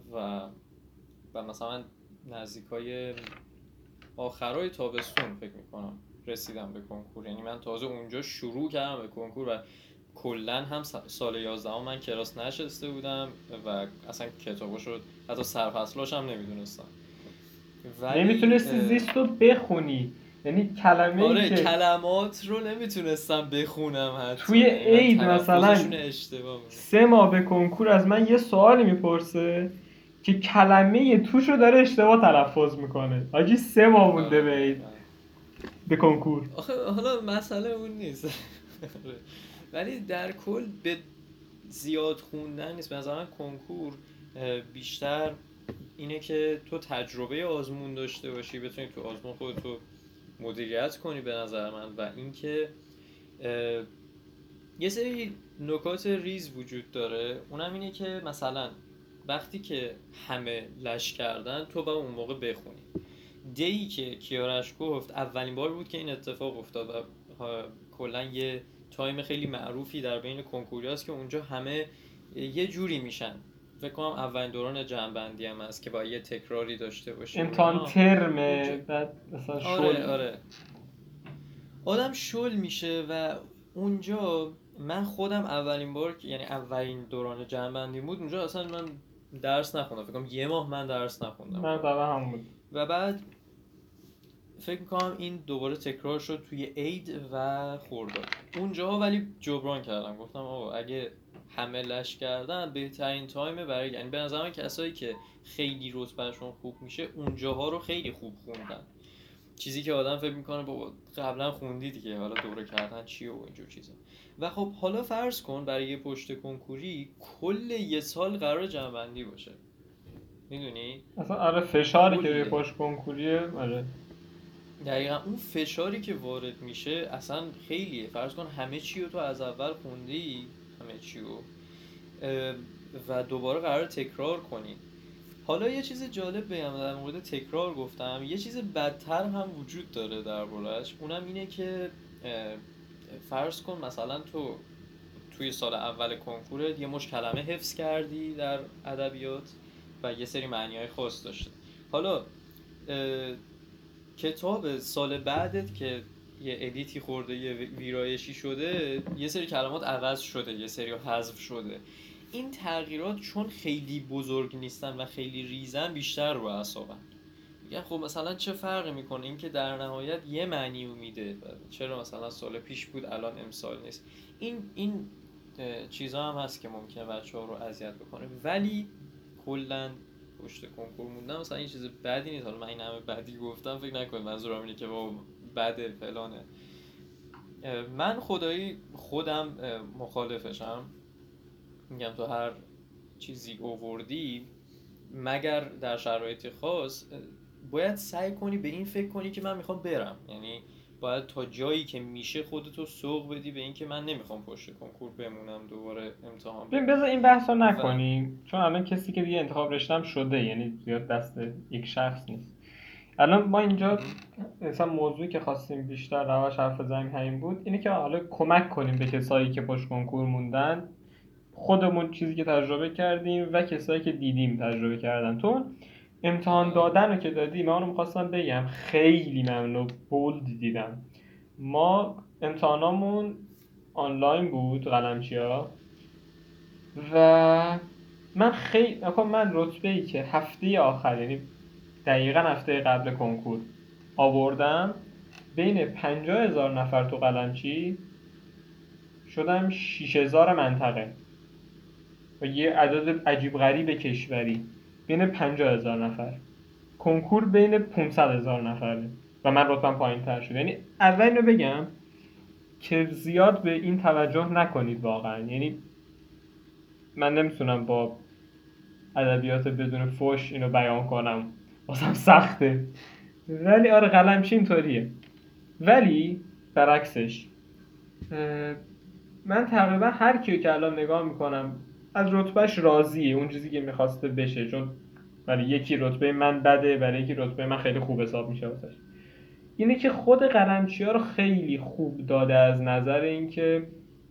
S3: و مثلا نزدیکای آخرای تابستون فکر میکنم رسیدم به کنکور. یعنی من تازه اونجا شروع کردم به کنکور و کلن هم سال 11 من کلاس نشسته بودم و اصلا کتاباشو حتی سرفصلاش هم نمیدونستم.
S1: نمیتونستی زیست رو بخونی، یعنی کلمه
S3: آره
S1: که
S3: کلمات رو نمیتونستم بخونم حتی.
S1: توی عید مثلا 3 ماه به کنکور از من یه سوالی میپرسه که کلمه توش رو داره اشتباه تلفظ میکنه. حاجی 3 ماه مونده به عید، به کنکور.
S3: حالا مسئله اون نیست ولی در کل به زیاد خوندن نیست. به نظر من کنکور بیشتر اینه که تو تجربه آزمون داشته باشی، بتونی تو آزمون خودتو مدیریت کنی به نظر من. و اینکه یه سری نکات ریز وجود داره، اونم اینه که مثلا وقتی که همه لش کردن تو با اون موقع بخونی. دیی که کیارش گفت اولین بار بود که این اتفاق افتاد و کلا یه تایم خیلی معروفی در بین کنکوری هست که اونجا همه یه جوری میشن. فکر کنم اولین دوران جمع‌بندی هم هست که با یه تکراری داشته باشه،
S1: امتحان ترمه، بعد مثلا شل.
S3: آره آدم شل میشه. و اونجا من خودم اولین بار، یعنی اولین دوران جمع‌بندی بود، اونجا اصلا من درس نخوندم. فکر کنم 1 ماه من درس نخوندم.
S1: من دقیقا هم بود.
S3: و بعد فکر میکنم این دوباره تکرار شد توی عید و خرداد. اونجاها ولی جبران کردم، گفتم آقا اگه همه لش کردن بهترین تایمه برای، یعنی به نظر من کسایی که خیلی رتبهشون خوب میشه اونجاها رو خیلی خوب خوندن. چیزی که آدم فکر میکنه بابا قبلا خوندی دیگه، حالا دوره کردن چیه و اینجور چیزا. و خب حالا فرض کن برای یه پشت کنکوری کل یه سال قرار جمع‌بندی باشه، میدونی؟
S1: اصلا آره فشاری که روی پشت کنکوریه. آره
S3: دقیقا اون فشاری که وارد میشه اصلا خیلیه. فرض کن همه چی رو تو از اول خوندی، همه چی رو، و دوباره قرار تکرار کنی. حالا یه چیز جالب بگم در مورد تکرار، گفتم یه چیز بدتر هم وجود داره درباره‌اش. اونم اینه که فرض کن مثلا تو توی سال اول کنکورت یه مش کلمه حفظ کردی در ادبیات و یه سری معنی‌های خاص داشته. حالا کتاب سال بعدت که یه ادیتی خورده، یه ویرایشی شده، یه سری کلمات عوض شده، یه سری حذف شده. این تغییرات چون خیلی بزرگ نیستن و خیلی ریزن بیشتر رو اعصابن. میگن خب مثلا چه فرقی میکنه، این که در نهایت یه معنی رو میده، چرا مثلا سال پیش بود الان امسال نیست. این چیزا هم هست که ممکنه بچه‌ها رو اذیت بکنه. ولی کلاً پشت کنکور موندن مثلا این چیز بدی نیست. حالا من این همه بدی گفتم فکر نکنید منظورم اینه که با بده فلانه. من خدایی خودم مخالفشم. میگم تو هر چیزی آوردی مگر در شرایط خاص باید سعی کنی به این فکر کنی که من میخوام برم. یعنی باید تا جایی که میشه خودتو سوق بدی به این که من نمیخوام پشت کنکور بمونم دوباره امتحان بدم.
S1: بذار این بحثو نکنیم چون الان کسی که دیگه انتخاب رشته‌ام شده، یعنی زیاد دست یک شخص نیست. الان ما اینجا مثلا موضوعی که خواستیم بیشتر روش حرف بزنیم همین بود، اینه که حالا کمک کنیم به کسایی که پشت کنکور موندن، خودمون چیزی که تجربه کردیم و کسایی که دیدیم تجربه کردن. تو امتحان دادن رو که دادی، من اونو میخواستم بگم خیلی ممنون، بولد دیدم. ما امتحانامون آنلاین بود قلمچیا و من رتبه‌ای که هفته آخر، یعنی دقیقاً هفته قبل کنکور آوردم، بین 50,000 نفر تو قلمچی شدم 6000 منطقه و یه عدد عجیب غریب کشوری بین 50000 نفر. کنکور بین 500,000 نفره و من رتبم پایین تر شد. یعنی اول اینو بگم که زیاد به این توجه نکنید واقعا. یعنی من نمیتونم با ادبیات بدون فوش اینو بیان کنم، واسم سخته، ولی آره قلمچی اینطوریه. ولی برعکسش من تقریبا هر کیو که الان نگاه میکنم از رتبهش راضیه، اون چیزی که میخواسته بشه، چون برای یکی رتبه من بده، برای یکی رتبه من خیلی خوب حساب میشه واسش. اینه که خود قلمچی‌ها رو خیلی خوب داده از نظر اینکه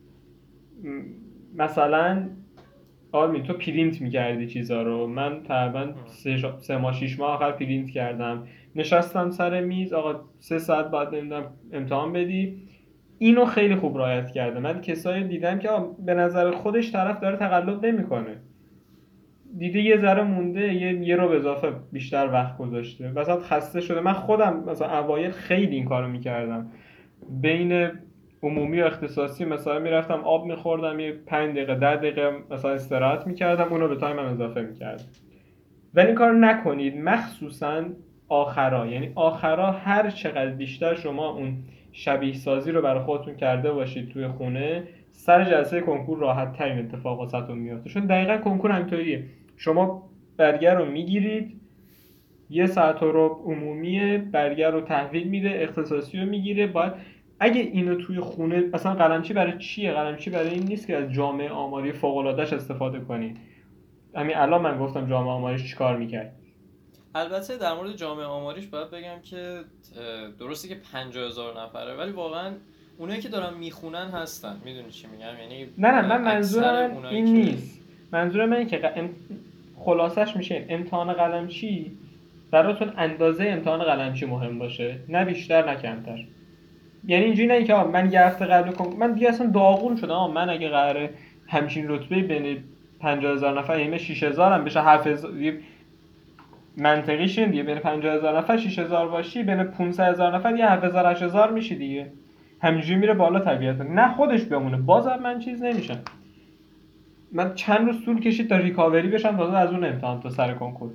S1: مثلا آرمین تو پرینت میکردی چیزا رو، من تقریبا 3 ماه 6 ماه آخر پرینت کردم، نشستم سر میز آقا 3 ساعت بعد نمیدونم امتحان بدی. اینو خیلی خوب رعایت کرده. من کسایی دیدم که به نظر خودش طرف داره تقلب نمیکنه، دیده یه ذره مونده یه رو به اضافه بیشتر وقت گذاشته، وسط خسته شده. من خودم مثلا اوایل خیلی این کارو میکردم، بین عمومی و اختصاصی مثلا میرفتم آب میخوردم، یه 5 دقیقه 10 دقیقه مثلا استراحت میکردم، اونو به تایمم اضافه میکردم. ولی این کار نکنید، مخصوصا آخرا. یعنی آخرا هر چقدر بیشتر شما اون شبیه سازی رو برای خودتون کرده باشید توی خونه، سر جلسه کنکور راحت ترین اتفاق واسهتون میفته. چون دقیقا کنکور همینطوریه، شما برگر رو میگیرید، 1 ساعت رو عمومیه، برگر رو تحویل میده، اختصاصی رو میگیره. باید اگه اینو توی خونه مثلا قلمچی برای چیه؟ قلمچی برای این نیست که از جامعه آماری فوق العاده‌اش استفاده کنی. همین الان من گفتم جامعه آماریش چیکار میکرد.
S3: البته در مورد جامعه آماریش باید بگم که درسته که 50,000 نفره، ولی واقعا اونایی که دارن میخونن هستن. میدونی چی میگم؟ یعنی
S1: نه من منظورم این نیست. منظورم من اینه که خلاصش میشه امتحان قلمچی براتون اندازه امتحان قلمچی مهم باشه، نه بیشتر نه کمتر. یعنی اینجوری نه که من یه هفته قبل من دیگه اصلا داغون شدم، من اگه قراره همچین رتبه بین 50,000 نفر یعنی 6000 هم بشه 7000 منطقیش این دیگه، بین 50,000 نفر 6000 باشی، بین 500,000 نفر یه 7000 8000 میشی دیگه، همینجوری میره بالا طبیعتا. نه خودش بمونه، بازم من چیز نمیشم. من چند روز طول کشید تا ریکاوری بشم تازه از اون امتحان تا سر کنکور.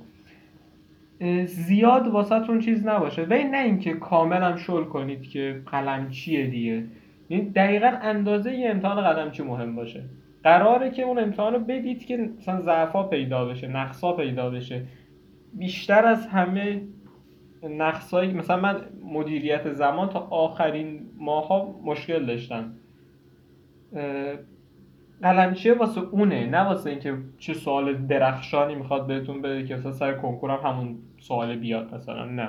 S1: زیاد واسهتون چیز نباشه، ولی نه اینکه کاملا شل کنید که قلمچیه دیگه. یعنی دقیقاً اندازه یه امتحان قلمچی مهم باشه. قراره که اون امتحان رو بدید که مثلا ضعفا پیدا بشه، نقصا پیدا بشه. بیشتر از همه نقصایی، مثلا من مدیریت زمان تا آخرین ماها مشکل داشتم. قلمچیه واسه اونه، نه واسه اینکه چه سوال درخشانی میخواد بهتون بده که مثلا سر کنکورم همون سوال بیاد مثلا. نه،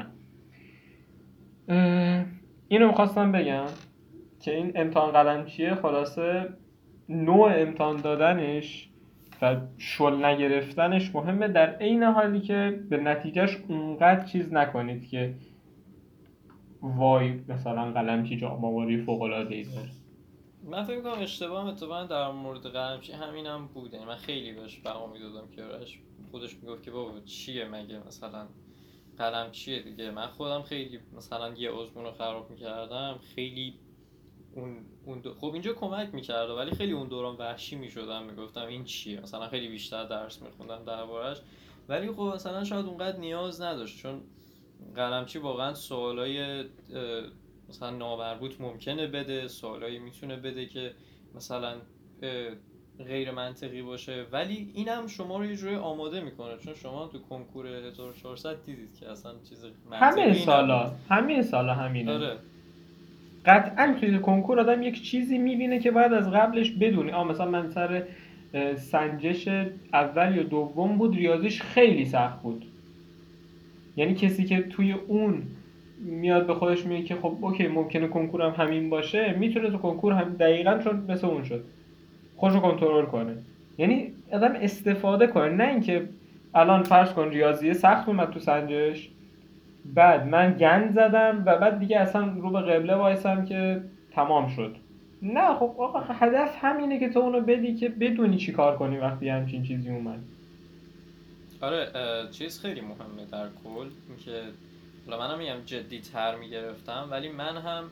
S1: اینو میخواستم بگم که این امتحان قلمچیه خلاصه نوع امتحان دادنش و شل نگرفتنش مهمه، در عین حالی که به نتیجهش اونقدر چیز نکنید که وای مثلا قلمچی جام‌آوری فوق‌العاده‌ای داره.
S3: من فکر می‌کنم اشتباهم اتفاقا در مورد قلمچی همینم بود. یعنی من خیلی بهش بها میدادم که خودش میگفت که بابا چیه مگه مثلا قلمچیه دیگه. من خودم خیلی مثلا یه عضومون رو خراب میکردم، خیلی خب اینجا کمک میکرد ولی خیلی اون دوران وحشی میشدم، میگفتم این چیه، مثلا خیلی بیشتر درس میخوندم دربارش. ولی خب مثلا شاید اونقدر نیاز نداشت، چون قلمچی واقعا سوالای مثلا نامربوط ممکنه بده، سوالایی میتونه بده که مثلا غیر منطقی باشه، ولی اینم شما رو یه جوری آماده میکنه، چون شما تو کنکور 1400 دیدید که اصلا چیز منطقی
S1: همه سالا همینه.
S3: آره.
S1: قطعا توی کنکور آدم یک چیزی میبینه که باید از قبلش بدونی. مثلا من سر سنجش اول یا دوم بود، ریاضیش خیلی سخت بود. یعنی کسی که توی اون میاد به خودش میگه که خب اوکی ممکنه کنکورم همین باشه، میتونه تو کنکور هم دقیقاً چون مثل اون شد خودشو کنترل کنه. یعنی آدم استفاده کنه، نه اینکه الان فرض کن ریاضی سخت اومد تو سنجش، بعد من گند زدم و بعد دیگه اصلا رو به قبله وایسم که تمام شد. نه خب آقا هدف همینه که تو اونو بدی که بدونی چی کار کنی وقتی همچین چیزی اومد.
S3: آره چیز خیلی مهمه در کل اینکه حالا منم میگم جدی تر میگرفتم، ولی من هم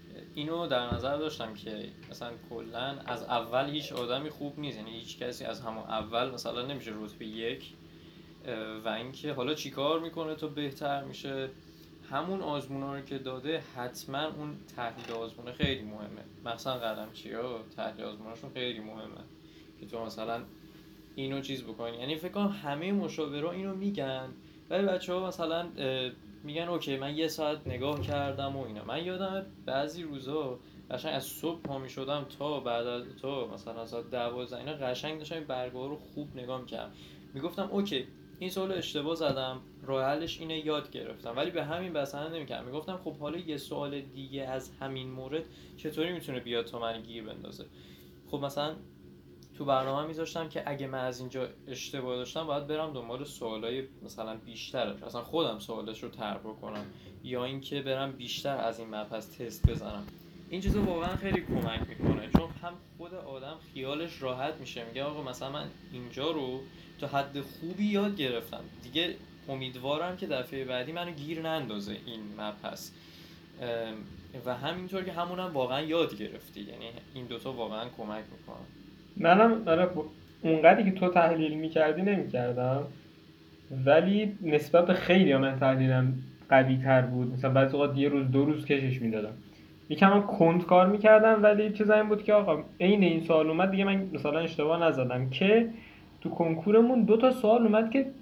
S3: اینو در نظر داشتم که مثلا کلا از اول هیچ آدمی خوب نیست، یعنی هیچ کسی از همون اول مثلا نمیشه رتبه 1 و اینکه حالا چیکار میکنه تا بهتر میشه. همون آزمونا رو که داده حتما اون تحلیل آزمونه خیلی مهمه، مثلا قلمچی‌ها تحلیل آزموناشون خیلی مهمه که تو مثلا اینو چیز بکنی. یعنی فکر کنم همه مشاورا اینو میگن، ولی بچه‌ها مثلا میگن اوکی من یه ساعت نگاه کردم و اینا. من یادم بعضی روزا قشنگ از صبح پا میشدم تا بعد از تا مثلا ساعت 12 اینا قشنگ داشتم این برگه‌ها رو خوب نگاه میکردم، میگفتم اوکی این سوالو اشتباه زدم، راه حلش اینه، یاد گرفتم. ولی به همین بسنده نمیکردم، میگفتم خب حالا یه سوال دیگه از همین مورد چطوری میتونه بیاد تا من گیر بندازه. خب مثلا تو برنامه میذاشتم که اگه من از اینجا اشتباه داشتم باید برم دنبال سوالای مثلا بیشترش، اصلا خودم سوالش رو طرح بکنم، یا اینکه برم بیشتر از این مبحث تست بزنم. این چیزا واقعا خیلی کمک میکنه، چون هم خود آدم خیالش راحت میشه، میگه آقا مثلا من اینجا رو تا حد خوبی یاد گرفتم دیگه، امیدوارم که دفعه بعدی منو گیر نندازه این مبحث. و همینطور که همونم واقعا یاد گرفتی، یعنی این دوتا واقعا کمک میکنه.
S1: منم اونقدری که تو تحلیل میکردی نمیکردم، ولی نسبت به خیلی من تحلیلم قوی تر بود. مثلا بعضی اوقات یه روز 2 روز کشش میدادم، یکم هم کند کار میکردم. ولی چیز این بود که آقا عین این سوال اومد دیگه من مثلا اشتباه نزدم. که تو کنکورمون 2 تا سوال اومد که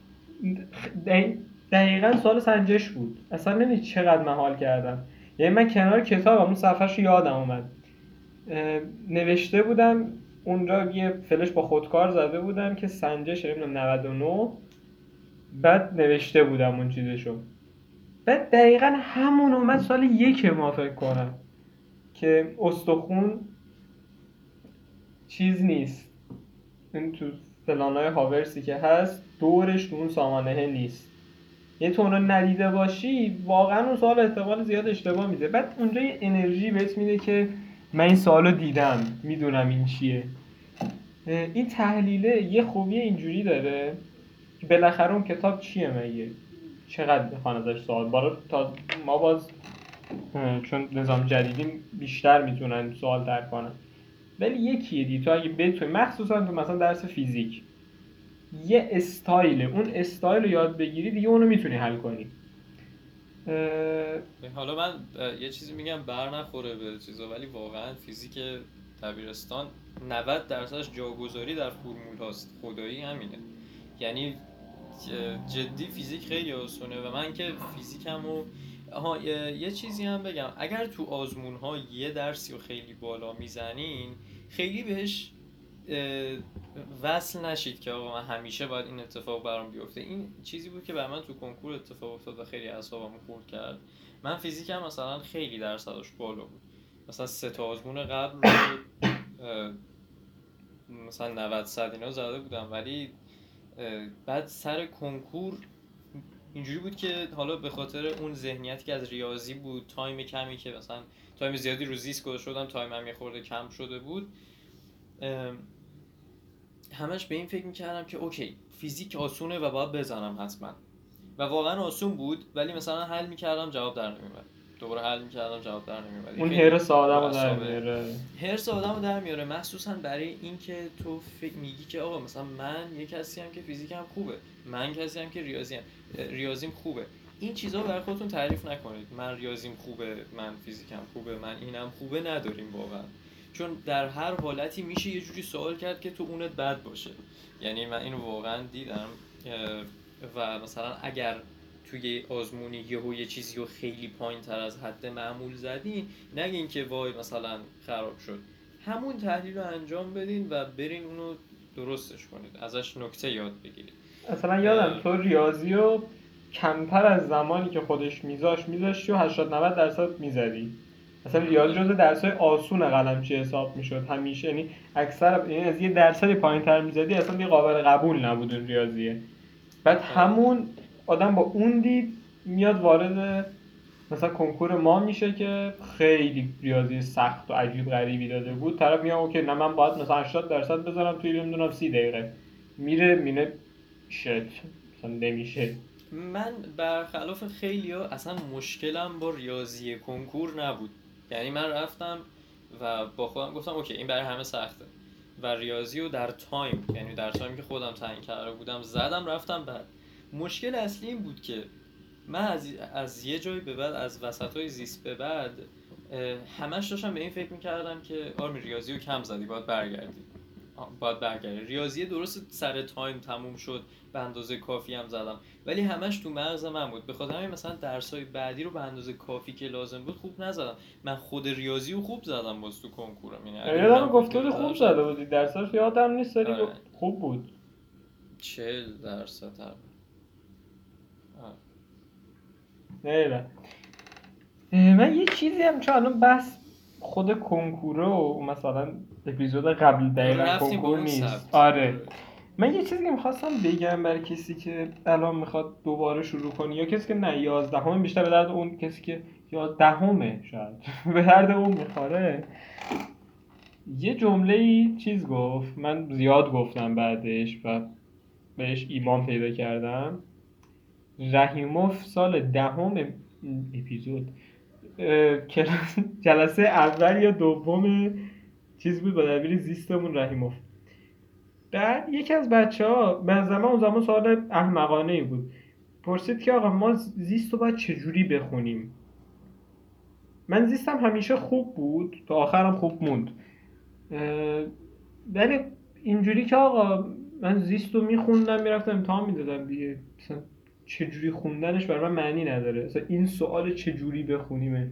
S1: دقیقا سوال سنجش بود. اصلا نمیدونی چقدر من حال کردم. یعنی من کنار کتابم اون صفحه‌شو یادم اومد، نوشته بودم اونجا یه فلش با خودکار زده بودم که سنجش 99، بعد نوشته بودم اون چیزشو. بعد دقیقا همون اومد سال 1 ما فکر کنم که استخون چیز نیست، این تو فلانای هاورسی که هست دورش تو اون سامانه نیست. یه تو اونو ندیده باشی واقعا اون سوال احتمال زیاد اشتباه میده. بعد اونجا یه انرژی بهت میده که من این سوالو دیدم، میدونم این چیه. این تحلیله یه خوبی اینجوری داره که بالاخره اون کتاب چیه مگه، چقدر میخوان ازش سوال بالا تا ما باز چون نظام جدیدیم بیشتر میتونن سوال در کنن. ولی یکیه دی تو اگه بتونی مخصوصا تو مثلا درس فیزیک یه استایل، اون استایل رو یاد بگیری دیگه اونو میتونی حل کنی.
S3: حالا من یه چیزی میگم بر نخوره به چیزا، ولی واقعا فیزیک دبیرستان 90% جاگذاری در فرمول هاست، خدایی همینه. یعنی جدی فیزیک خیلی آسونه. و من که فیزیکمو یه چیزی هم بگم، اگر تو آزمون ها یه درسی رو خیلی بالا میزنین خیلی بهش وصل نشید که آقا من همیشه باید این اتفاق برام بیفته. این چیزی بود که بر من تو کنکور اتفاق افتاد و خیلی اعصابمو خورد کرد. من فیزیکم مثلا خیلی درصدش بالا بود، مثلا 3 تا آزمون قبل رو مثلا 90% اینا زده بودم، ولی بعد سر کنکور اینجوری بود که حالا به خاطر اون ذهنیتی که از ریاضی بود، تایم کمی که مثلا تایم زیادی رو زیست گذاشته بودم، تایمم یه خورده کم شده بود، همش به این فکر میکردم که اوکی فیزیک آسونه و باید بزنم حتما. و واقعا آسون بود، ولی مثلا حل میکردم جواب در نمیومد، دوباره حل میکردم جواب در نمیومد.
S1: اون هرس آدمو در میاره،
S3: هرس آدمو در میاره، مخصوصا برای اینکه تو فکر میگی که آقا مثلا من یه کسی هم که فیزیکم خوبه، من کسی هم که ریاضیم خوبه. این چیزا برای خودتون تعریف نکنید، من ریاضیم خوبه، من فیزیکم خوبه، من اینم خوبه، نداریم واقعا. چون در هر حالتی میشه یه جوری سوال کرد که تو اونت بد باشه. یعنی من اینو واقعا دیدم. و مثلا اگر توی آزمونی یه چیزی رو خیلی پایین تر از حد معمول زدین، نگین که وای مثلا خراب شد، همون تحلیل رو انجام بدین و برین اونو درستش کنید، ازش نکته یاد بگیرید.
S1: مثلا یادم تو ریاضی رو کمتر از زمانی که خودش میذاشتی و 80-90% میزدی. مثلا ریاضی جزو درسای آسون قلمچی حساب میشد همیشه، یعنی اکثر یعنی از یه درصدی پایین‌تر میزدی اصلا دیگه قابل قبول نبود اون ریاضیه. بعد همون آدم با اون دید میاد وارد مثلا کنکور ما میشه که خیلی ریاضی سخت و عجیب غریبی داده بود، طرف میگه اوکی نه من باید مثلا 80% بذارم توی نمیدونم 30 دقیقه، میره مینه شت مثلا نمیشه.
S3: من برخلاف خیلیا اصلا مشکلم با ریاضی کنکور نبود. یعنی من رفتم و با خودم گفتم اوکی این برای همه سخته و ریاضی رو در تایم، یعنی در تایمی که خودم تعیین کرده بودم زدم رفتم. بعد مشکل اصلی این بود که من از یه جایی به بعد، از وسطای زیست به بعد، همش داشتم به این فکر میکردم که آرمی ریاضی رو کم زدی، باید برگردی. ریاضی درست سر تایم تموم شد، به اندازه کافی هم زدم، ولی همش تو مغز من بود. به خاطر همین مثلا درسای بعدی رو به اندازه کافی که لازم بود خوب نزدم. من خود ریاضی رو خوب زدم باز تو کنکورم.
S1: یادم گفته بودی خوب زده بودی درساش، یادم نیست ولی خوب بود.
S3: 40% تقریبا.
S1: نه من یه چیزی هم چون الان بحث خود کنکوره و مثلا اپیزود قبل دقیقا کنکور نیست. آره من یه چیزی که میخواستم بگم برای کسی که الان میخواد دوباره شروع کنه یا کسی که نه 11 بیشتر به درد اون کسی که 11 شاید به درد اون میخوره. یه جمله‌ای چیز گفت، من زیاد گفتم بعدش و بهش ایمان پیدا کردم. رحیموف سال 10 اپیزود جلسه اول یا دوم چیز بود با دبیر زیستمون رحیموف. بعد یکی از بچه‌ها به اون زمان سوال احمقانه‌ای بود، پرسید که آقا ما زیست رو باید چجوری بخونیم؟ من زیستم همیشه خوب بود تا آخرم خوب موند، ولی اینجوری که آقا من زیست رو میخوندم میرفتم امتحان میدادم دیگه، مثلا چجوری خوندنش برای من معنی نداره، مثلا این سوال چجوری بخونیمه.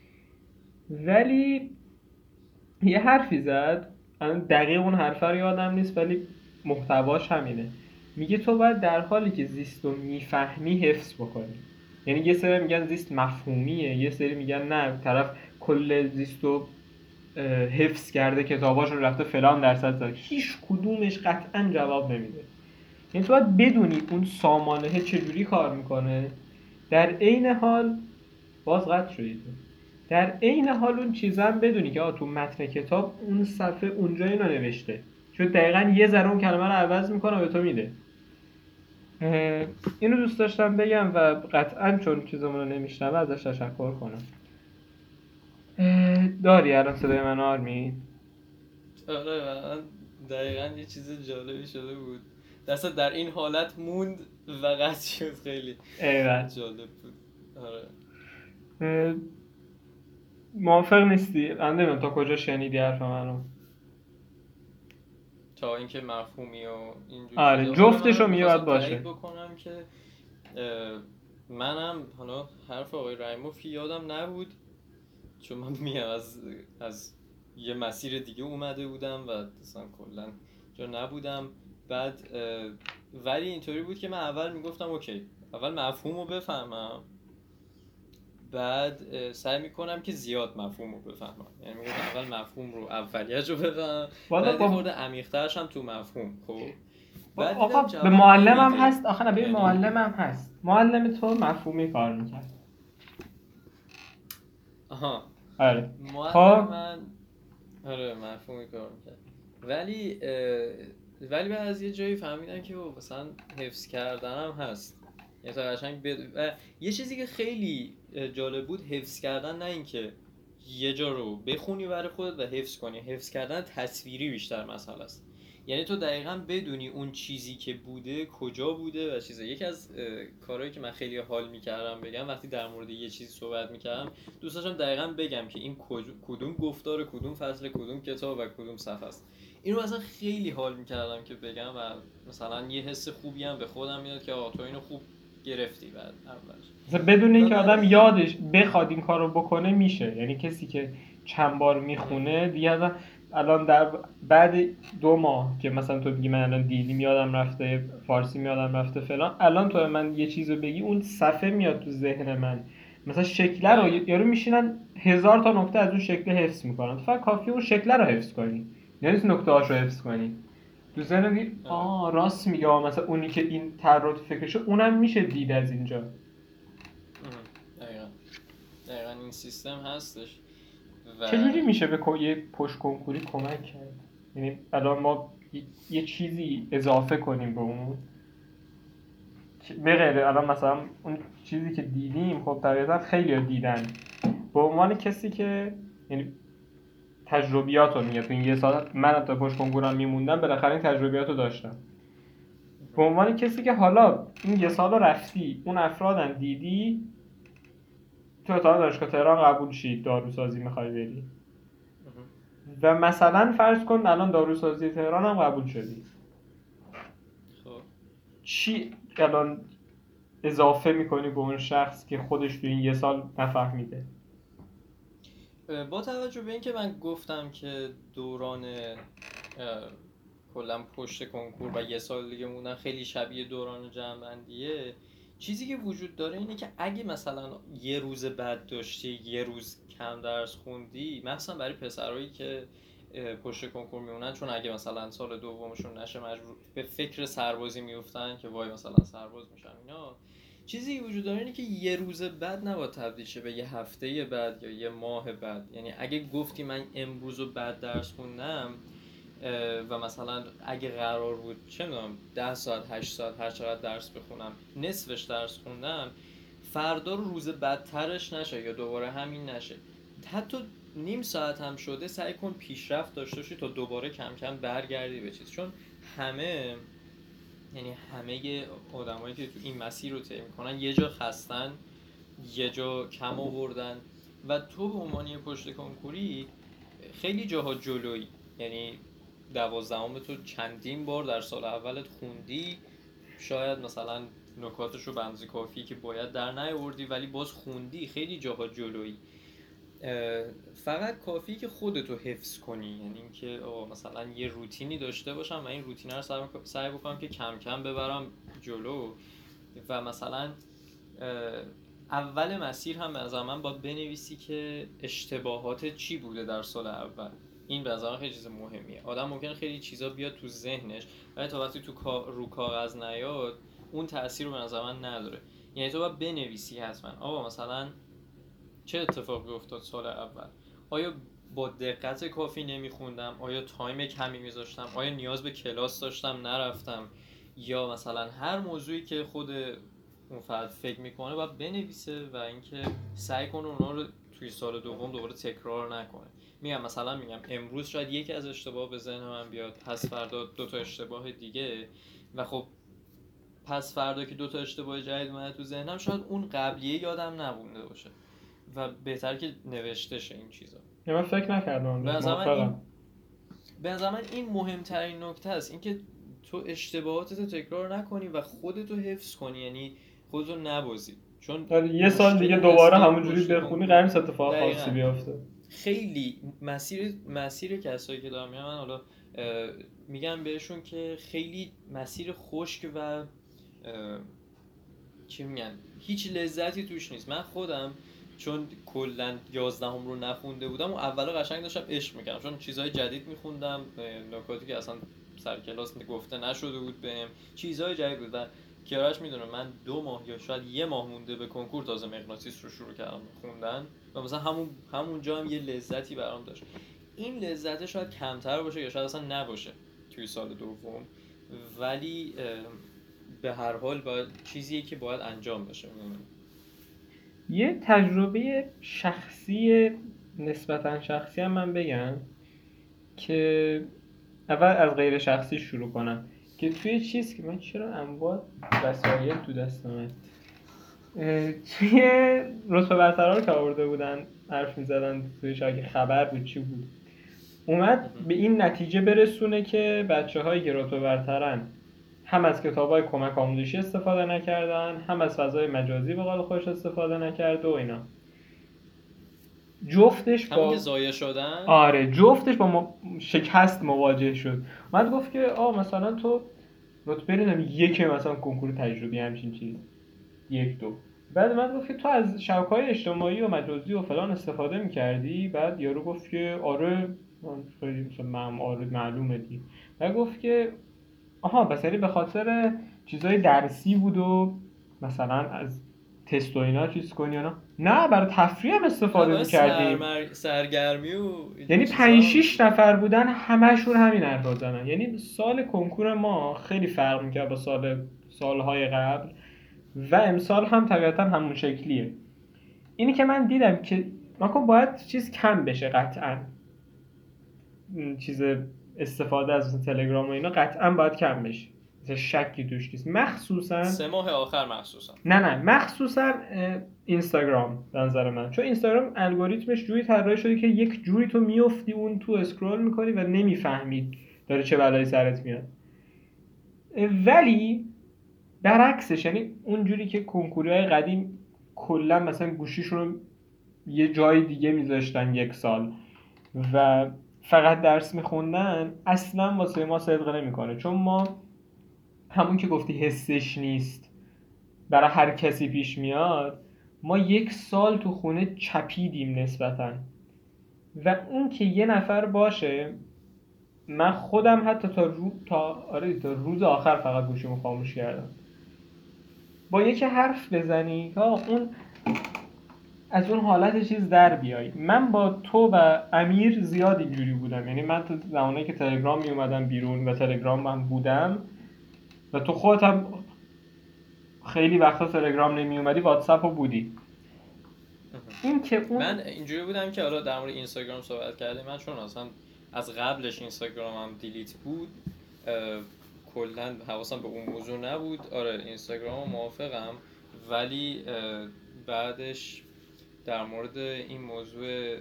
S1: ولی یه حرفی زد، دقیق اون حرف رو یادم نیست ولی محتواش همینه. میگه تو باید در حالی که زیست رو میفهمی حفظ بکنی. یعنی یه سری میگن زیست مفهومیه، یه سری میگن نه طرف کل زیست رو حفظ کرده کتاباش رو رفته فلان درصد زده. هیچ کدومش قطعا جواب نمیده. یعنی تو باید بدونی اون سامانه چجوری کار میکنه، در عین حال باز قطع شدی تو، در عین حال اون چیزا هم بدونی که تو متن کتاب اون صفحه اونجا اینو نوشته، چون دقیقاً یه ذره اون کلمه رو عوض میکنه و به تو میده. اینو دوست داشتم بگم و قطعاً چون چیزمون رو نمیشنوه ازش تشکر کنم. داری الان صدای من آرمی؟
S3: آره من دقیقاً یه چیز جالبی شده بود، در این حالت موند و قطع شد. خیلی جالب بود. آره
S1: موافق نیستی؟ من نمیدونم تا کجا شنیدی حرف منو.
S3: تا اینکه مفهومی و اینجوری.
S1: آره جفتشو میاد باشه.
S3: بکنم که منم حالا حرف آقای رحیموف یادم نبود، چون من میام از یه مسیر دیگه اومده بودم و اصلا کلا جا نبودم. بعد ولی اینطوری بود که من اول میگفتم اوکی اول مفهوم رو بفهمم، بعد سعی میکنم که زیاد مفهوم رو بفهمم. یعنی میگم اول مفهوم رو اولیه‌اش رو بفهمم، بعد یه خورده عمیق‌ترش هم تو مفهوم. خب بعد
S1: آقا به معلمم هست، آخه نه معلمم هست، معلم تو مفهومی کار میکرد.
S3: آها
S1: آره
S3: معلم من آره مفهومی کار میکرد، ولی بعد از یه جایی فهمیدم که مثلا حفظ کردنم هست. یعنی قشنگ یه چیزی که خیلی جالب بود، حفظ کردن نه اینکه یه جا رو بخونی برای خودت و حفظ کنی، حفظ کردن تصویری بیشتر مسئله است. یعنی تو دقیقاً بدونی اون چیزی که بوده کجا بوده و چیزا. یکی از کارهایی که من خیلی حال می‌کردم بگم وقتی در مورد یه چیزی صحبت می‌کردم، دوست داشتم دقیقاً بگم که این کدوم گفتار، کدوم فصل، کدوم کتاب و کدوم صفحه است. اینو مثلا خیلی حال می‌کردم که بگم و مثلا یه حس خوبی هم به خودم میاد که آقا تو اینو خوب گرفتی. بعد اولش
S1: بدون اینکه آدم یادش بخواد این کارو بکنه میشه. یعنی کسی که چند بار میخونه دیگه الان در بعد 2 ماه که مثلا تو بگی من الان دیدیم یادم رفته، فارسی یادم رفته فلان، الان تو من یه چیزو بگی اون صفحه میاد تو ذهن من، مثلا شکل رو یارو میشینن 1000 تا نکته از اون شکل حفظ میکنن، فقط کافیه اون شکل رو حفظ کنی، یعنی نکته هاشو حفظ کنی تو ذهن. میگی راست میگه، مثلا اونی که این طراح فکرشه اونم میشه دید از اینجا.
S3: دقیقاً این سیستم هستش.
S1: چجوری میشه به یه پشت کنکوری کمک کرد؟ یعنی الان ما یه چیزی اضافه کنیم به اون، به غیر الان مثلا اون چیزی که دیدیم خب طبیعتا خیلی دیدن، به عنوان کسی که یعنی تجربیات رو میگه تو این یه سال من تا پشت کنکورم میموندم بالاخره این تجربیات رو داشتم. به عنوان کسی که حالا این یه سال رفتی اون افرادن دیدی، تو تا دانشگاه تهران قبول شی داروسازی میخوای بری و مثلا فرض کن الان داروسازی تهران هم قبول شدی،
S3: خب
S1: چی الان اضافه میکنی به اون شخص که خودش تو این یه سال نفهمیده؟
S3: با توجه به اینکه من گفتم که دوران کلا پشت کنکور و یه سال دیگه موندن خیلی شبیه دوران جمع‌بندیه، چیزی که وجود داره اینه که اگه مثلا یه روز بد داشتی، یه روز کم درس خوندی، مثلا برای پسرایی که پشت کنکور میمونن، چون اگه مثلا سال دومشون نشه مجبور به فکر سربازی میفتن که وای مثلا سرباز میشم اینا، چیزی وجود داره اینه که یه روز بعد نباید تبدیل شه به یه هفته بعد یا یه ماه بعد. یعنی اگه گفتی من امروز و بعد درس خوندم و مثلا اگه قرار بود چه میدونم 10 ساعت 8 ساعت هر چقدر درس بخونم نصفش درس خوندم، فردا رو روز بدترش نشه یا دوباره همین نشه، حتی نیم ساعت هم شده سعی کن پیشرفت داشته باشی تا دوباره کم کم برگردی به چیز. چون همه آدمایی که تو این مسیر رو طی میکنن یه جا خستن، یه جا کم آوردن و تو به عنوان یه پشت کنکوری خیلی جاها جلویی. یعنی 12ام تو چندین بار در سال اولت خوندی، شاید مثلا نکاتش رو به اندازه کافی که باید در نیاوردی ولی باز خوندی، خیلی جاها جلویی. فقط کافی که خودتو حفظ کنی، یعنی اینکه مثلا یه روتینی داشته باشم و این روتین رو سعی بکنم که کم کم ببرم جلو و مثلا اول مسیر هم به نظر من باید بنویسی که اشتباهات چی بوده در سال اول. این به نظر من خیلی چیز مهمیه. آدم ممکنه خیلی چیزا بیاد تو ذهنش ولی تا وقتی رو کاغذ نیاد اون تأثیر رو به نظر من نداره. یعنی تو باید بنویسی حتما مثلا چه اتفاقی افتاد سال اول، آیا با دقت کافی نمیخوندم، آیا تایم کمی میذاشتم، آیا نیاز به کلاس داشتم نرفتم، یا مثلا هر موضوعی که خود اون فرد فکر میکنه باید بنویسه و اینکه سعی کنه اونا رو توی سال دوم دوباره تکرار نکنه. میگم امروز شاید یکی از اشتباه به ذهن من بیاد، پس فردا 2 تا اشتباه دیگه و خب پس فردا که 2 تا اشتباه جدید اومده تو ذهنم شاید اون قبلیه یادم نمونده باشه و بهتر که نوشته شه این چیزا.
S1: من فکر نکردم.
S3: به نظر من این مهمترین نکته است، اینکه تو اشتباهاتتو تکرار نکنی و خودتو حفظ کنی، یعنی خودتو نبازی. چون
S1: یه سال دیگه دوباره همونجوری بخونی قرار نیست اتفاق خاصی بیفته.
S3: خیلی مسیر کسایی که دارم من حالا میگم بهشون که خیلی مسیر خشک و چی میگن هیچ لذتی توش نیست. من خودم چون کلا 11ام رو نخونده بودم و اولا قشنگ داشتم عشق میکردم، چون چیزهای جدید میخوندم، نکاتی که اصلا سر کلاس گفته نشده بود بهم، چیزهای جدید بود و کیارش میدونه من 2 ماه یا شاید 1 ماه مونده به کنکور تازه مغناطیس رو شروع کردم خوندن و مثلا همونجا هم یه لذتی برام داشت. این لذت شاید کمتر باشه یا شاید اصلا نباشه توی سال دوم، ولی به هر حال باید چیزیه که باید انجام بشه.
S1: یه تجربه شخصی نسبتاً شخصی هم من بگم که اول از غیر شخصی شروع کنم که توی چیز که من چرا انواع وسایل تو دستمه توی رتبه برترها رو که آورده بودن حرف میزدن توی شاید خبر بود چی بود، اومد به این نتیجه برسونه که بچه‌هایی که رتبه برترن هم از کتاب‌های کمک آموزشی استفاده نکردن، هم از فضای مجازی به قول خودش استفاده نکرد و اینا. جفتش
S3: همون که ضایع شدن.
S1: آره جفتش با شکست مواجه شد. من گفت که مثلا تو رتبه بریدم 1 مثلا کنکور تجربی همچین چیز 1 2. بعد من گفت که تو از شبکه‌های اجتماعی و مجازی و فلان استفاده می‌کردی؟ بعد یارو گفت که آره خیلی مثلا معلومه دی. بعد گفت که بس یعنی به خاطر چیزای درسی بود و مثلا از تست و اینا چیز کنی یا نه برای تفریح هم استفاده می‌کردیم.
S3: سرگرمی و
S1: یعنی 5-6 نفر بودن همشون همین حرفا زدن. یعنی سال کنکور ما خیلی فرق می‌کرد با سال‌های قبل و امسال هم طبیعتا همون شکلیه. اینی که من دیدم که نکن باید چیز کم بشه قطعا. چیز استفاده از تلگرام و اینا قطعا باید کم بشه، مثلا شکی توش نیست. مخصوصا
S3: 3 ماه آخر مخصوصا
S1: نه مخصوصا اینستاگرام به نظر من، چون اینستاگرام الگوریتمش جوری طراحی شده که یک جوری تو میافتی اون تو اسکرول میکنی و نمیفهمی داره چه بلایی سرت میاد. ولی برعکسش، یعنی اون جوری که کنکوریای قدیم کلا مثلا گوشیشون رو یه جای دیگه میذاشتن 1 سال و فقط درس میخوندن، اصلا واسه ما صدق نمیکنه، چون ما همون که گفتی حسش نیست برای هر کسی پیش میاد. ما 1 سال تو خونه چپیدیم نسبتا، و اون که یه نفر باشه. من خودم حتی تا روز آخر فقط گوشیمو خاموش کردم. با یکی حرف بزنی اون از اون حالت چیز در بیای. من با تو و امیر زیاد اینجوری بودم، یعنی من تو زمانی که تلگرام می اومدم بیرون و تلگرام من بودم و تو خودت هم خیلی وقتا تلگرام نمی اومدی، واتساپ رو بودی. این که اون
S3: من اینجوری بودم که حالا در مورد اینستاگرام صحبت کردیم، من چون اصلا از قبلش اینستاگرامم دیلیت بود، کلا حواسم به اون موضوع نبود. آره اینستاگرام موافقم، ولی بعدش در مورد این موضوع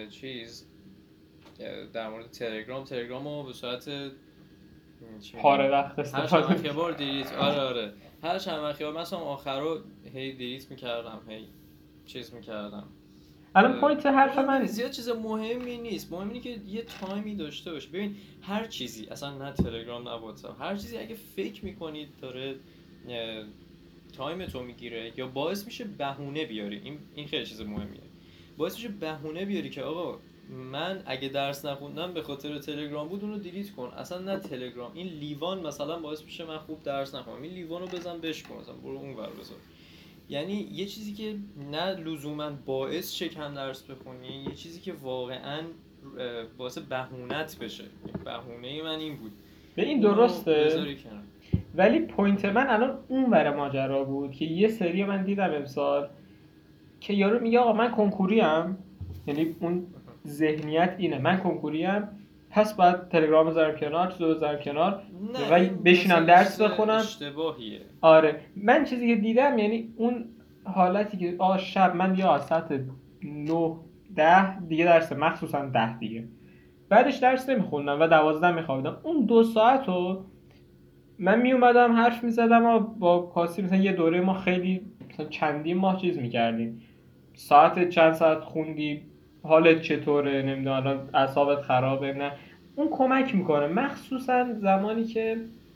S3: در مورد تلگرام رو به صورت
S1: پاره وقت
S3: هر چند وقت یه بار دیلیت آره هر چند وقت یه بار مثلا آخر رو هی دیلیت میکردم، هی چیز میکردم.
S1: الان پوینت حرف من
S3: زیاد چیز مهمی نیست، مهم اینه که یه تایمی داشته باشه. ببین هر چیزی، اصلا نه تلگرام نه واتساپ، هر چیزی اگه فکر میکنید داره تایم تو میگیره یا باعث میشه بهونه بیاری، این خیلی چیز مهمیه، باعث میشه بهونه بیاری که آقا من اگه درس نخوندم به خاطر تلگرام بود، اونو دیلیت کن. اصلا نه تلگرام، این لیوان مثلا باعث میشه من خوب درس نخونم، این لیوانو بزن بشکن، مثلا برو اون ور بذار. یعنی یه چیزی که نه لزوما باعث شه کم درس بخونی، یه چیزی که واقعا باعث بهونت بشه. بهونه من این بود.
S1: به این درسته، ولی پوینت من الان اون ور ماجرا بود که یه سری من دیدم امسال که یارو میگه آقا من کنکوریم، یعنی اون ذهنیت اینه من کنکوریم، پس باید تلگرام بذارم کنار، چیزو بذارم کنار و بشینم درس بخونم.
S3: اشتباهیه.
S1: آره من چیزی که دیدم یعنی اون حالتی که شب من یا ساعت 9-10 دیگه درس، مخصوصا 10 دیگه بعدش درس نمیخوندم و 12 میخوابیدم. اون 2 ساعت رو من میومدم حرف میزدم و با کاسی مثلا یه دوره ما خیلی مثلا چندین ماه چیز میکردیم، چند ساعت خوندی، حالت چطوره، نمیدونم الان اعصابت خرابه نه. اون کمک میکنه، مخصوصا زمانی که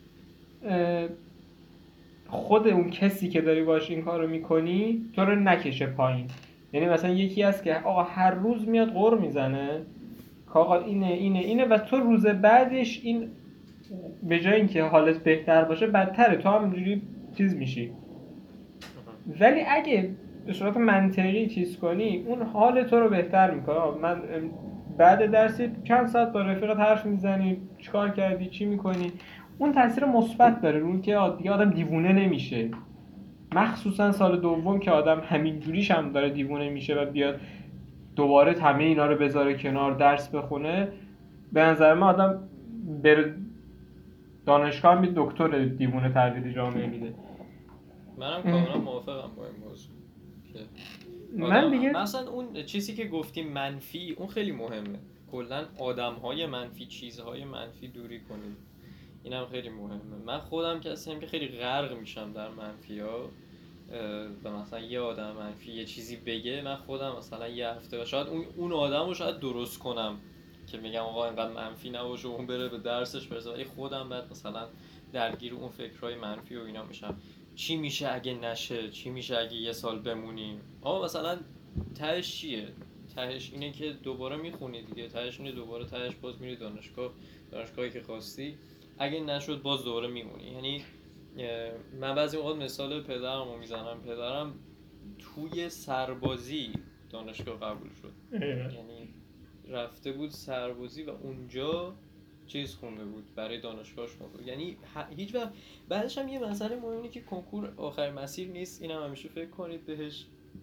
S1: خود اون کسی که داری باش این کارو میکنی تو رو نکشه پایین. یعنی مثلا یکی هست که آقا هر روز میاد غر میزنه که آقا اینه و تو روز بعدش این به جای اینکه حالت بهتر باشه بدتره، تو هم اینجوری چیز میشی. ولی اگه به صورت منطقی چیز کنی اون حال تو رو بهتر میکنه. من بعد درسی چند ساعت با رفیقت حرف میزنی، چیکار کردی، چی میکنی، اون تاثیر مثبت داره رو که دیگه آدم دیوونه نمیشه. مخصوصا سال دوم که آدم همین جوریش هم داره دیوونه میشه و بیاد دوباره همه اینا رو بذاره کنار درس بخونه. به نظر من آدم بره دانشگاه می دکتر دیوونه تحلیل جامعه میده.
S3: منم کاملا موافقم با این موضوع.
S1: من دیگه
S3: مثلا اون چیزی که گفتی منفی، اون خیلی مهمه. کلا آدم‌های منفی، چیزهای منفی دوری کنید. اینم خیلی مهمه. من خودم کسیم که خیلی غرق میشم در منفی‌ها و مثلا یه آدم منفی یه چیزی بگه، من خودم مثلا یه هفته شاید اون آدمو شاید درست کنم که میگم آقا اینقدر منفی نباشه، اون بره به درسش برسه، ولی خودم بعد مثلا درگیر اون فکرهای منفی و اینا میشم. چی میشه اگه نشه؟ چی میشه اگه یه سال بمونیم؟ آقا مثلا تهش چیه؟ تهش اینه که دوباره میخونی دیگه، تهش اینه دوباره تهش باز میری دانشگاهی که خواستی، اگه نشد باز دوباره میمونی. یعنی من بعضی موقع مثال پدرم رو میزنم. پدرم توی سربازی دانشگاه قبول شد. یعنی رفته بود سربازی و اونجا چیز خونده بود، برای دانشگاهش خونده بود. یعنی هیچ وقت بعدش هم یه مسئله مهمی که کنکور آخر مسیر نیست. اینم همیشه فکر کنید بهش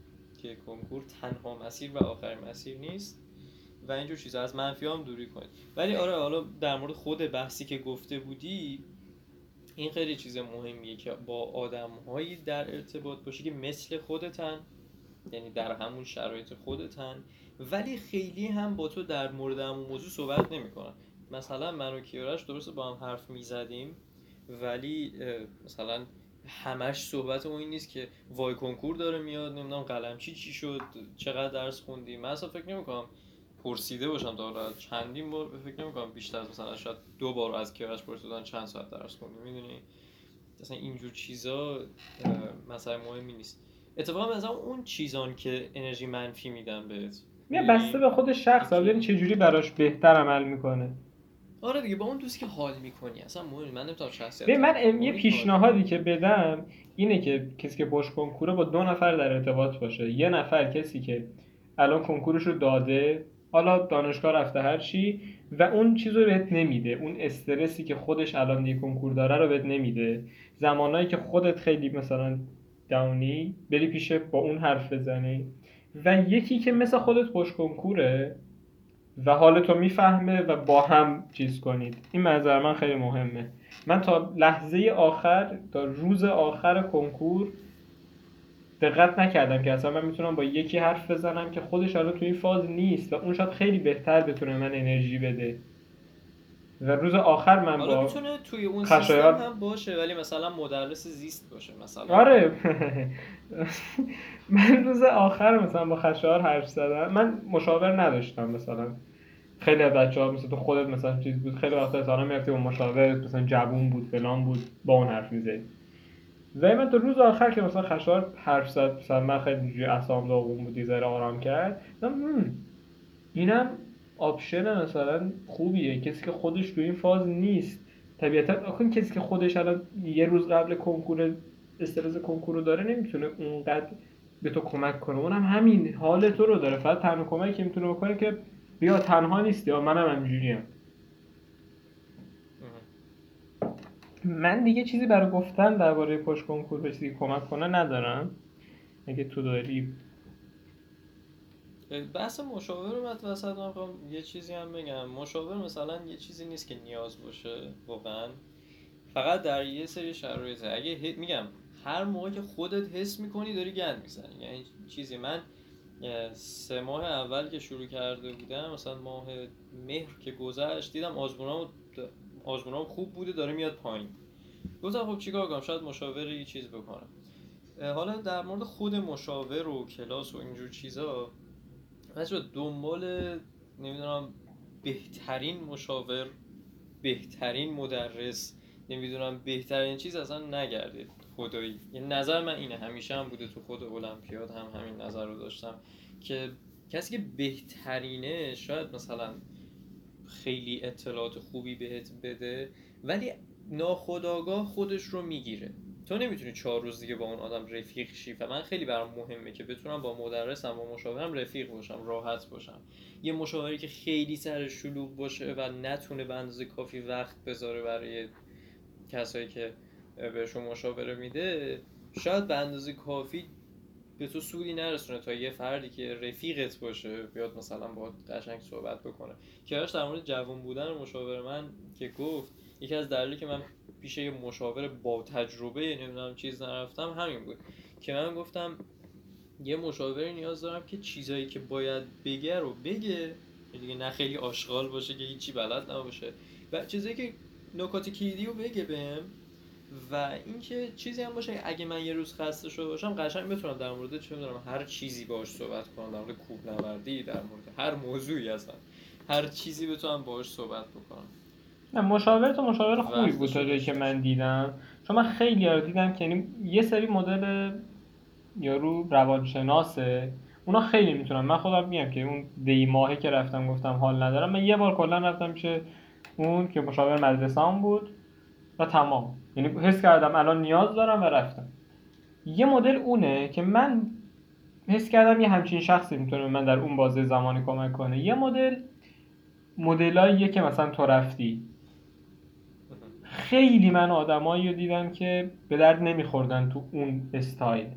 S3: که کنکور تنها مسیر و آخرین مسیر نیست و اینجور چیزا. از منفی هم دوری کنید. ولی آره، حالا در مورد خود بحثی که گفته بودی، این خیلی چیز مهمیه که با آدم‌هایی در ارتباط باشی که مثل خودتن، یعنی در همون شرایط خودتن، ولی خیلی هم با تو در مورد همون موضوع صحبت نمی‌کنن. مثلا من و کیارش درسته با هم حرف می‌زدیم، ولی مثلا همش صحبت اون این نیست که وای کنکور داره میاد، نمیدونم قلمچی چی شد، چقدر درس خوندی. من اصلا فکر نمی‌کنم پرسیده باشم تا حالا، چندین بار فکر نمی‌کنم بیشتر از مثلا شاید 2 بار از کیارش پرسیدن چند ساعت درس خوندی، میدونی؟ مثلا اینجور چیزا مثلا مهمی نیست. اتفاقا مثلا اون چیزان که انرژی منفی میدن بهت،
S1: بسته به خود شخص، ببین چه جوری براش بهتر عمل میکنه.
S3: آره دیگه، با اون دوستی که حال میکنی اصلا مهم. من نمیتونم شخصیت
S1: ببین من یه پیشنهادی که بدم اینه که کسی که باش کنکوره با 2 نفر در ارتباط باشه. یه نفر کسی که الان کنکورش رو داده، حالا دانشگاه رفته هر چی، و اون چیزو رو بهت نمیده، اون استرسی که خودش الان دیگه کنکور داره رو بهت نمیده. زمانایی که خودت خیلی مثلا داونی، بری پیش با اون حرف بزنی. و یکی که مثل خودت خوش کنکوره و حالتو میفهمه و با هم چیز کنید. این منظر من خیلی مهمه. من تا لحظه آخر، تا روز آخر کنکور دقت نکردم که اصلا من میتونم با یکی حرف بزنم که خودش الان توی این فاز نیست و اون شاید خیلی بهتر بتونه من انرژی بده. و روز آخر من
S3: حالا
S1: با
S3: میتونه توی اون
S1: خشایار
S3: سیستم هم باشه، ولی مثلا مدرس زیست باشه مثلا.
S1: آره. من روز آخر مثلا با خشایار حرف زدم. من مشاور نداشتم. مثلا خیلی از بچه‌ها مثل تو خودت مثلا چیز بود، خیلی وقتا اصلا میرفتی اون مشاور مثلا جوون بود فلان بود با اون حرف می‌زدی. و من تو روز آخر که مثلا خشایار حرف زد، مثلا من خیلی اینجوری اعصابم داغون بود، یه ذره آرام کرد. اینم آپشن مثلا خوبیه. کسی که خودش تو این فاز نیست، طبیعتا آخه کسی که خودش الان یه روز قبل کنکور استرس کنکور رو داره نمیتونه اونقدر به تو کمک کنه. اونم همین حال تو رو داره. فقط تنها کمکی که میتونه بکنه که بیا تنها نیستی، یا منم همینجوریم. من دیگه چیزی برای گفتن درباره پشت کنکور به چیزی کمک کنه ندارم. اگه تو داری.
S3: بحث مشاور رو وسط یه چیزی هم بگم. مشاور مثلا یه چیزی نیست که نیاز باشه واقعا، فقط در یه سری شرایطه. اگه میگم هر موقع که خودت حس میکنی داری گند میزنی، یعنی چیزی. من 3 ماه اول که شروع کرده بودم، مثلا ماه مهر که گذشت، دیدم آزمونام خوب بوده داره میاد پایین. گفتم خب چیکار کنم، شاید مشاور یه چیز بکنم. حالا در مورد خود مشاور و کلاس و اینجور چیزا، من دنبال نمیدونم بهترین مشاور، بهترین مدرس، نمیدونم بهترین چیز اصلا نگردید خدایی. یعنی نظر من اینه، همیشه هم بوده، تو خود المپیاد هم همین نظر رو داشتم که کسی که بهترینه شاید مثلا خیلی اطلاعات خوبی بهت بده، ولی ناخودآگاه خودش رو میگیره. تو نمیتونی 4 روز دیگه با اون آدم رفیق شی. و من خیلی برام مهمه که بتونم با مدرسم و مشاورم رفیق باشم، راحت باشم. یه مشاوری که خیلی سر شلوغ باشه و نتونه به اندازه کافی وقت بذاره برای کسایی که بهشون مشاوره میده، شاید به اندازه کافی به تو سودی نرسونه تا یه فردی که رفیقت باشه بیاد مثلا با قشنگ صحبت بکنه. کیارش در مورد جوان بودن مشاور من که گفت، یکی از دلایلی که من پیش یه مشاور با تجربه نمیدونم چیز نرفتم همین بود که من گفتم یه مشاوری نیاز دارم که چیزایی که باید بگه رو بگه، دیگه نه خیلی آشغال باشه که هیچی بلد نباشه، و چیزایی که نکات کلیدی رو بگه بهم. و اینکه چیزی هم باشه اگه من یه روز خسته شده باشم قشنگ بتونم در مورد چه می‌دونم هر چیزی باهاش صحبت کنم، در مورد کوهنوردی، در مورد هر موضوعی اصلا هر چیزی بتونم باهاش صحبت بکنم.
S1: نه مشاور خوبی بود تا جایی که من دیدم. چون من خیلی ها دیدم که یه سری مدل یارو روانشناسه، اونا خیلی میتونن. من خودم میگم که اون دی ماهی که رفتم گفتم حال ندارم، من یه بار کلا رفتم میشه اون که مشاور مدرسه‌ام بود و تمام. یعنی حس کردم الان نیاز دارم و رفتم. یه مدل اونه که من حس کردم یه همچین شخصی میتونه من در اون بازه زمانی کمک کنه. یه مدلاییه که مثلا تو رفتی. خیلی من آدمایی رو دیدم که به درد نمیخوردن تو اون استایل.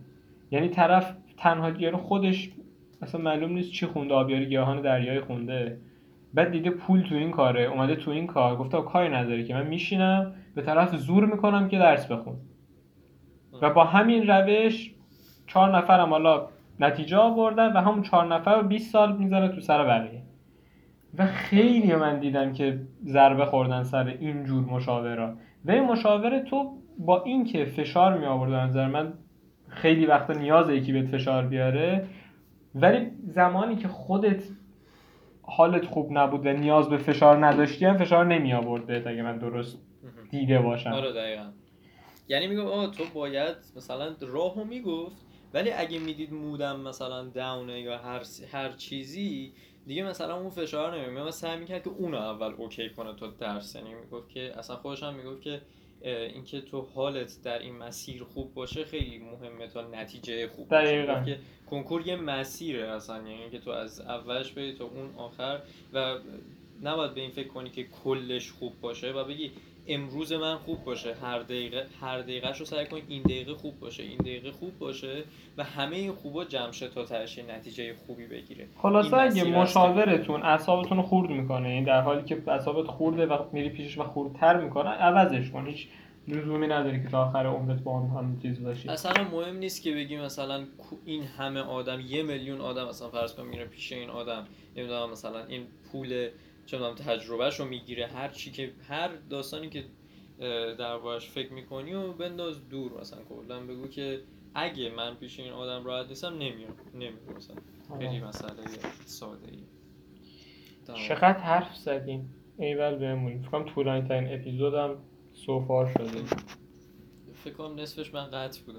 S1: یعنی طرف تنها یارو خودش اصلا معلوم نیست چی خونده، آبیاری گیاهان دریای خونده، بعد دیده پول تو این کاره، اومده تو این کار، گفته کاری نداره که من میشینم به طرف زور میکنم که درس بخون و با همین روش 4 نفرم حالا نتیجه آوردن و همون 4 نفر رو 20 سال میزنه تو سر بقیه. و خیلی من دیدم که ضربه خوردن سر این جور مشاورا و این مشاور تو با این که فشار می آورد. نظر من خیلی وقتا نیازه یکی بهت فشار بیاره، ولی زمانی که خودت حالت خوب نبود و نیاز به فشار نداشتی هم فشار نمی آورد بهت، اگه من درست دیده باشم.
S3: آره دقیقاً. یعنی میگم آقا تو باید مثلا راهو میگفت، ولی اگه میدید مودم مثلا داونه یا هر چیزی دیگه مثلا اون فشار نمیاد. من سعی میکرد که اونو اول اوکی کنه تو درس. یعنی میگفت که اصلا خودش هم میگفت که اینکه تو حالت در این مسیر خوب باشه خیلی مهمه تا نتیجه خوب باشه. میگفت که کنکور یه مسیره اصلا، یعنی که تو از اولش بری تا اون آخر و نباید به این فکر کنی که کلش خوب باشه و بگی امروز من خوب باشه، هر دقیقه‌شو سعی کن این دقیقه خوب باشه، این دقیقه خوب باشه و همه این خوبا جمع شه تا تهش نتیجه خوبی بگیره.
S1: خلاصه اگه مشاورتون اعصابتون رو خورد میکنه، این در حالی که اعصابت خورده و میری پیشش و خوردتر میکنه، عوضش کن. هیچ لزومی نداره که تا آخر عمرت با اون هم چیز باشی.
S3: اصلا مهم نیست که بگی مثلا این همه آدم، 1,000,000 آدم مثلا فرض کن میره پیش این آدم، نمیدونم مثلا این پول چه میدونم تجربهشو میگیره، هر چی که هر داستانی که دربارش فکر میکنی و بنداز دور. مثلا کلا بگو که اگه من پیش این آدم راحت نیستم نمیام مثلا. خیلی مسئله ساده ای.
S1: چقدر حرف زدیم، ایول بهمون. فکر کنم طولانی ترین اپیزودم سوفار شده.
S3: فکر کنم نصفش من قطع بودم.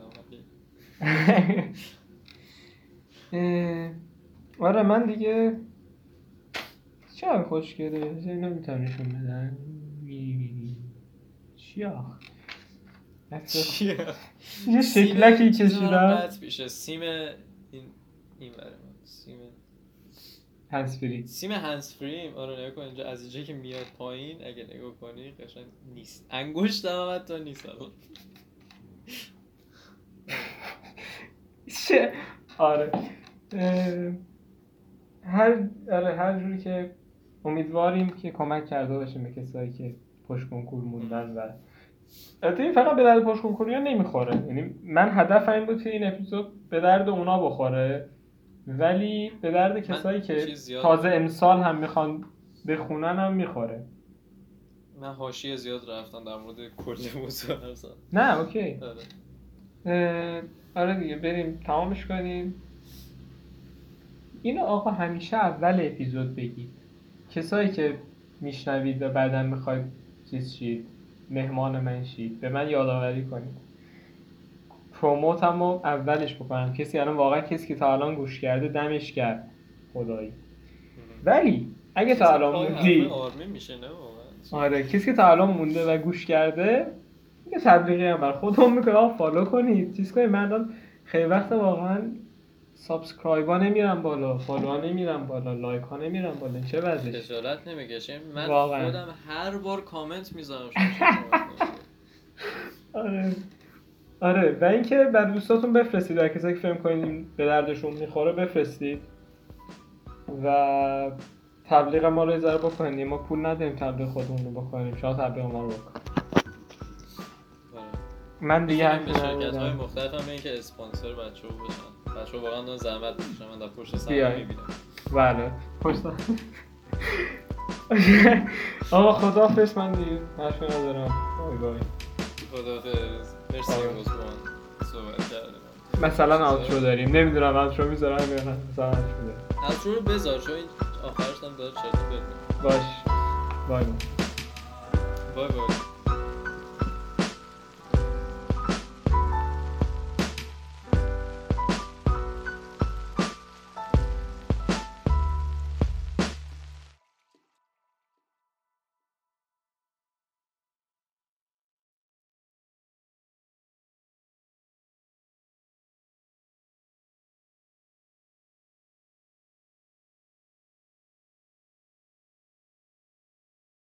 S1: آره من دیگه چه خوشگله نمیتونم نشون بدن. چیا یه شکلکی کشیدم
S3: قطع میشه. سیم این برای من سیم هندزفری. آره نگاه کن اینجا، از اینجا که میاد پایین اگه نگاه کنی قشنگ نیست، انگشتم هم حتی نیست الان.
S1: آره هر جوری که امیدواریم که کمک کرده باشیم به کسایی که پشت کنکور موندن و البته فقط به درد پشت کنکوریا نمیخوره. یعنی من هدف این بود که این اپیزود به درد اونا بخوره، ولی به درد کسایی که تازه امسال هم میخوان بخونن هم میخوره.
S3: من حاشیه زیاد رفتم در مورد کل موضوع اصلا.
S1: نه اوکی. آره دیگه بریم تمامش کنیم. اینو آقا همیشه اول اپیزود بگید، کسایی که میشنوید و بعداً میخواید چیز شید، مهمان من شید، به من یادآوری کنید. پروموت هم اولش بکنم. کسی الان واقعا کسی که تا الان گوش کرده دمش کرد خدایی. ولی اگه تا الان موندی، آره کسی که تا الان مونده و گوش کرده یه تبلیغی هم بر خودم میکنم فالو کنید، چیز کنید. من الان خیلی وقت واقعا سابسکرایب ها نمیرم بالا، فالو ها نمیرم بالا، لایک ها نمیرم بالا. چه وضعش؟
S3: خجالت نمیکشیم؟ من
S1: واقعا
S3: خودم هر بار کامنت میذارم.
S1: آره و اینکه بر دوستاتون بفرستید، هر کسی که فهم کنید به دردشون میخوره بفرستید و تبلیغ ما رو ذره بکنید. ما پول نداریم تبلیغ خودمون رو بکنیم، شما تبلیغ ما رو بکن. من دیگه هم
S3: شرکت‌های مختلف هم این که اسپانسر بچه‌ها بشن. بچه‌ها واقعا دارن زحمت می‌کشن، من در پشت سر می‌بینم.
S1: بله پشت سر. آقا خداحافظ، من دیگه حرفی ندارم. بای بای.
S3: خداحافظ. مرسی بازم صحبت کردیم.
S1: مثلا آوترو داریم، نمیدونم آوترو میذارم یا نه. مثلا
S3: آوترو رو بذار چون آخرش هم داره چرت و پرت.
S1: باش. بای بای.
S3: بای بای.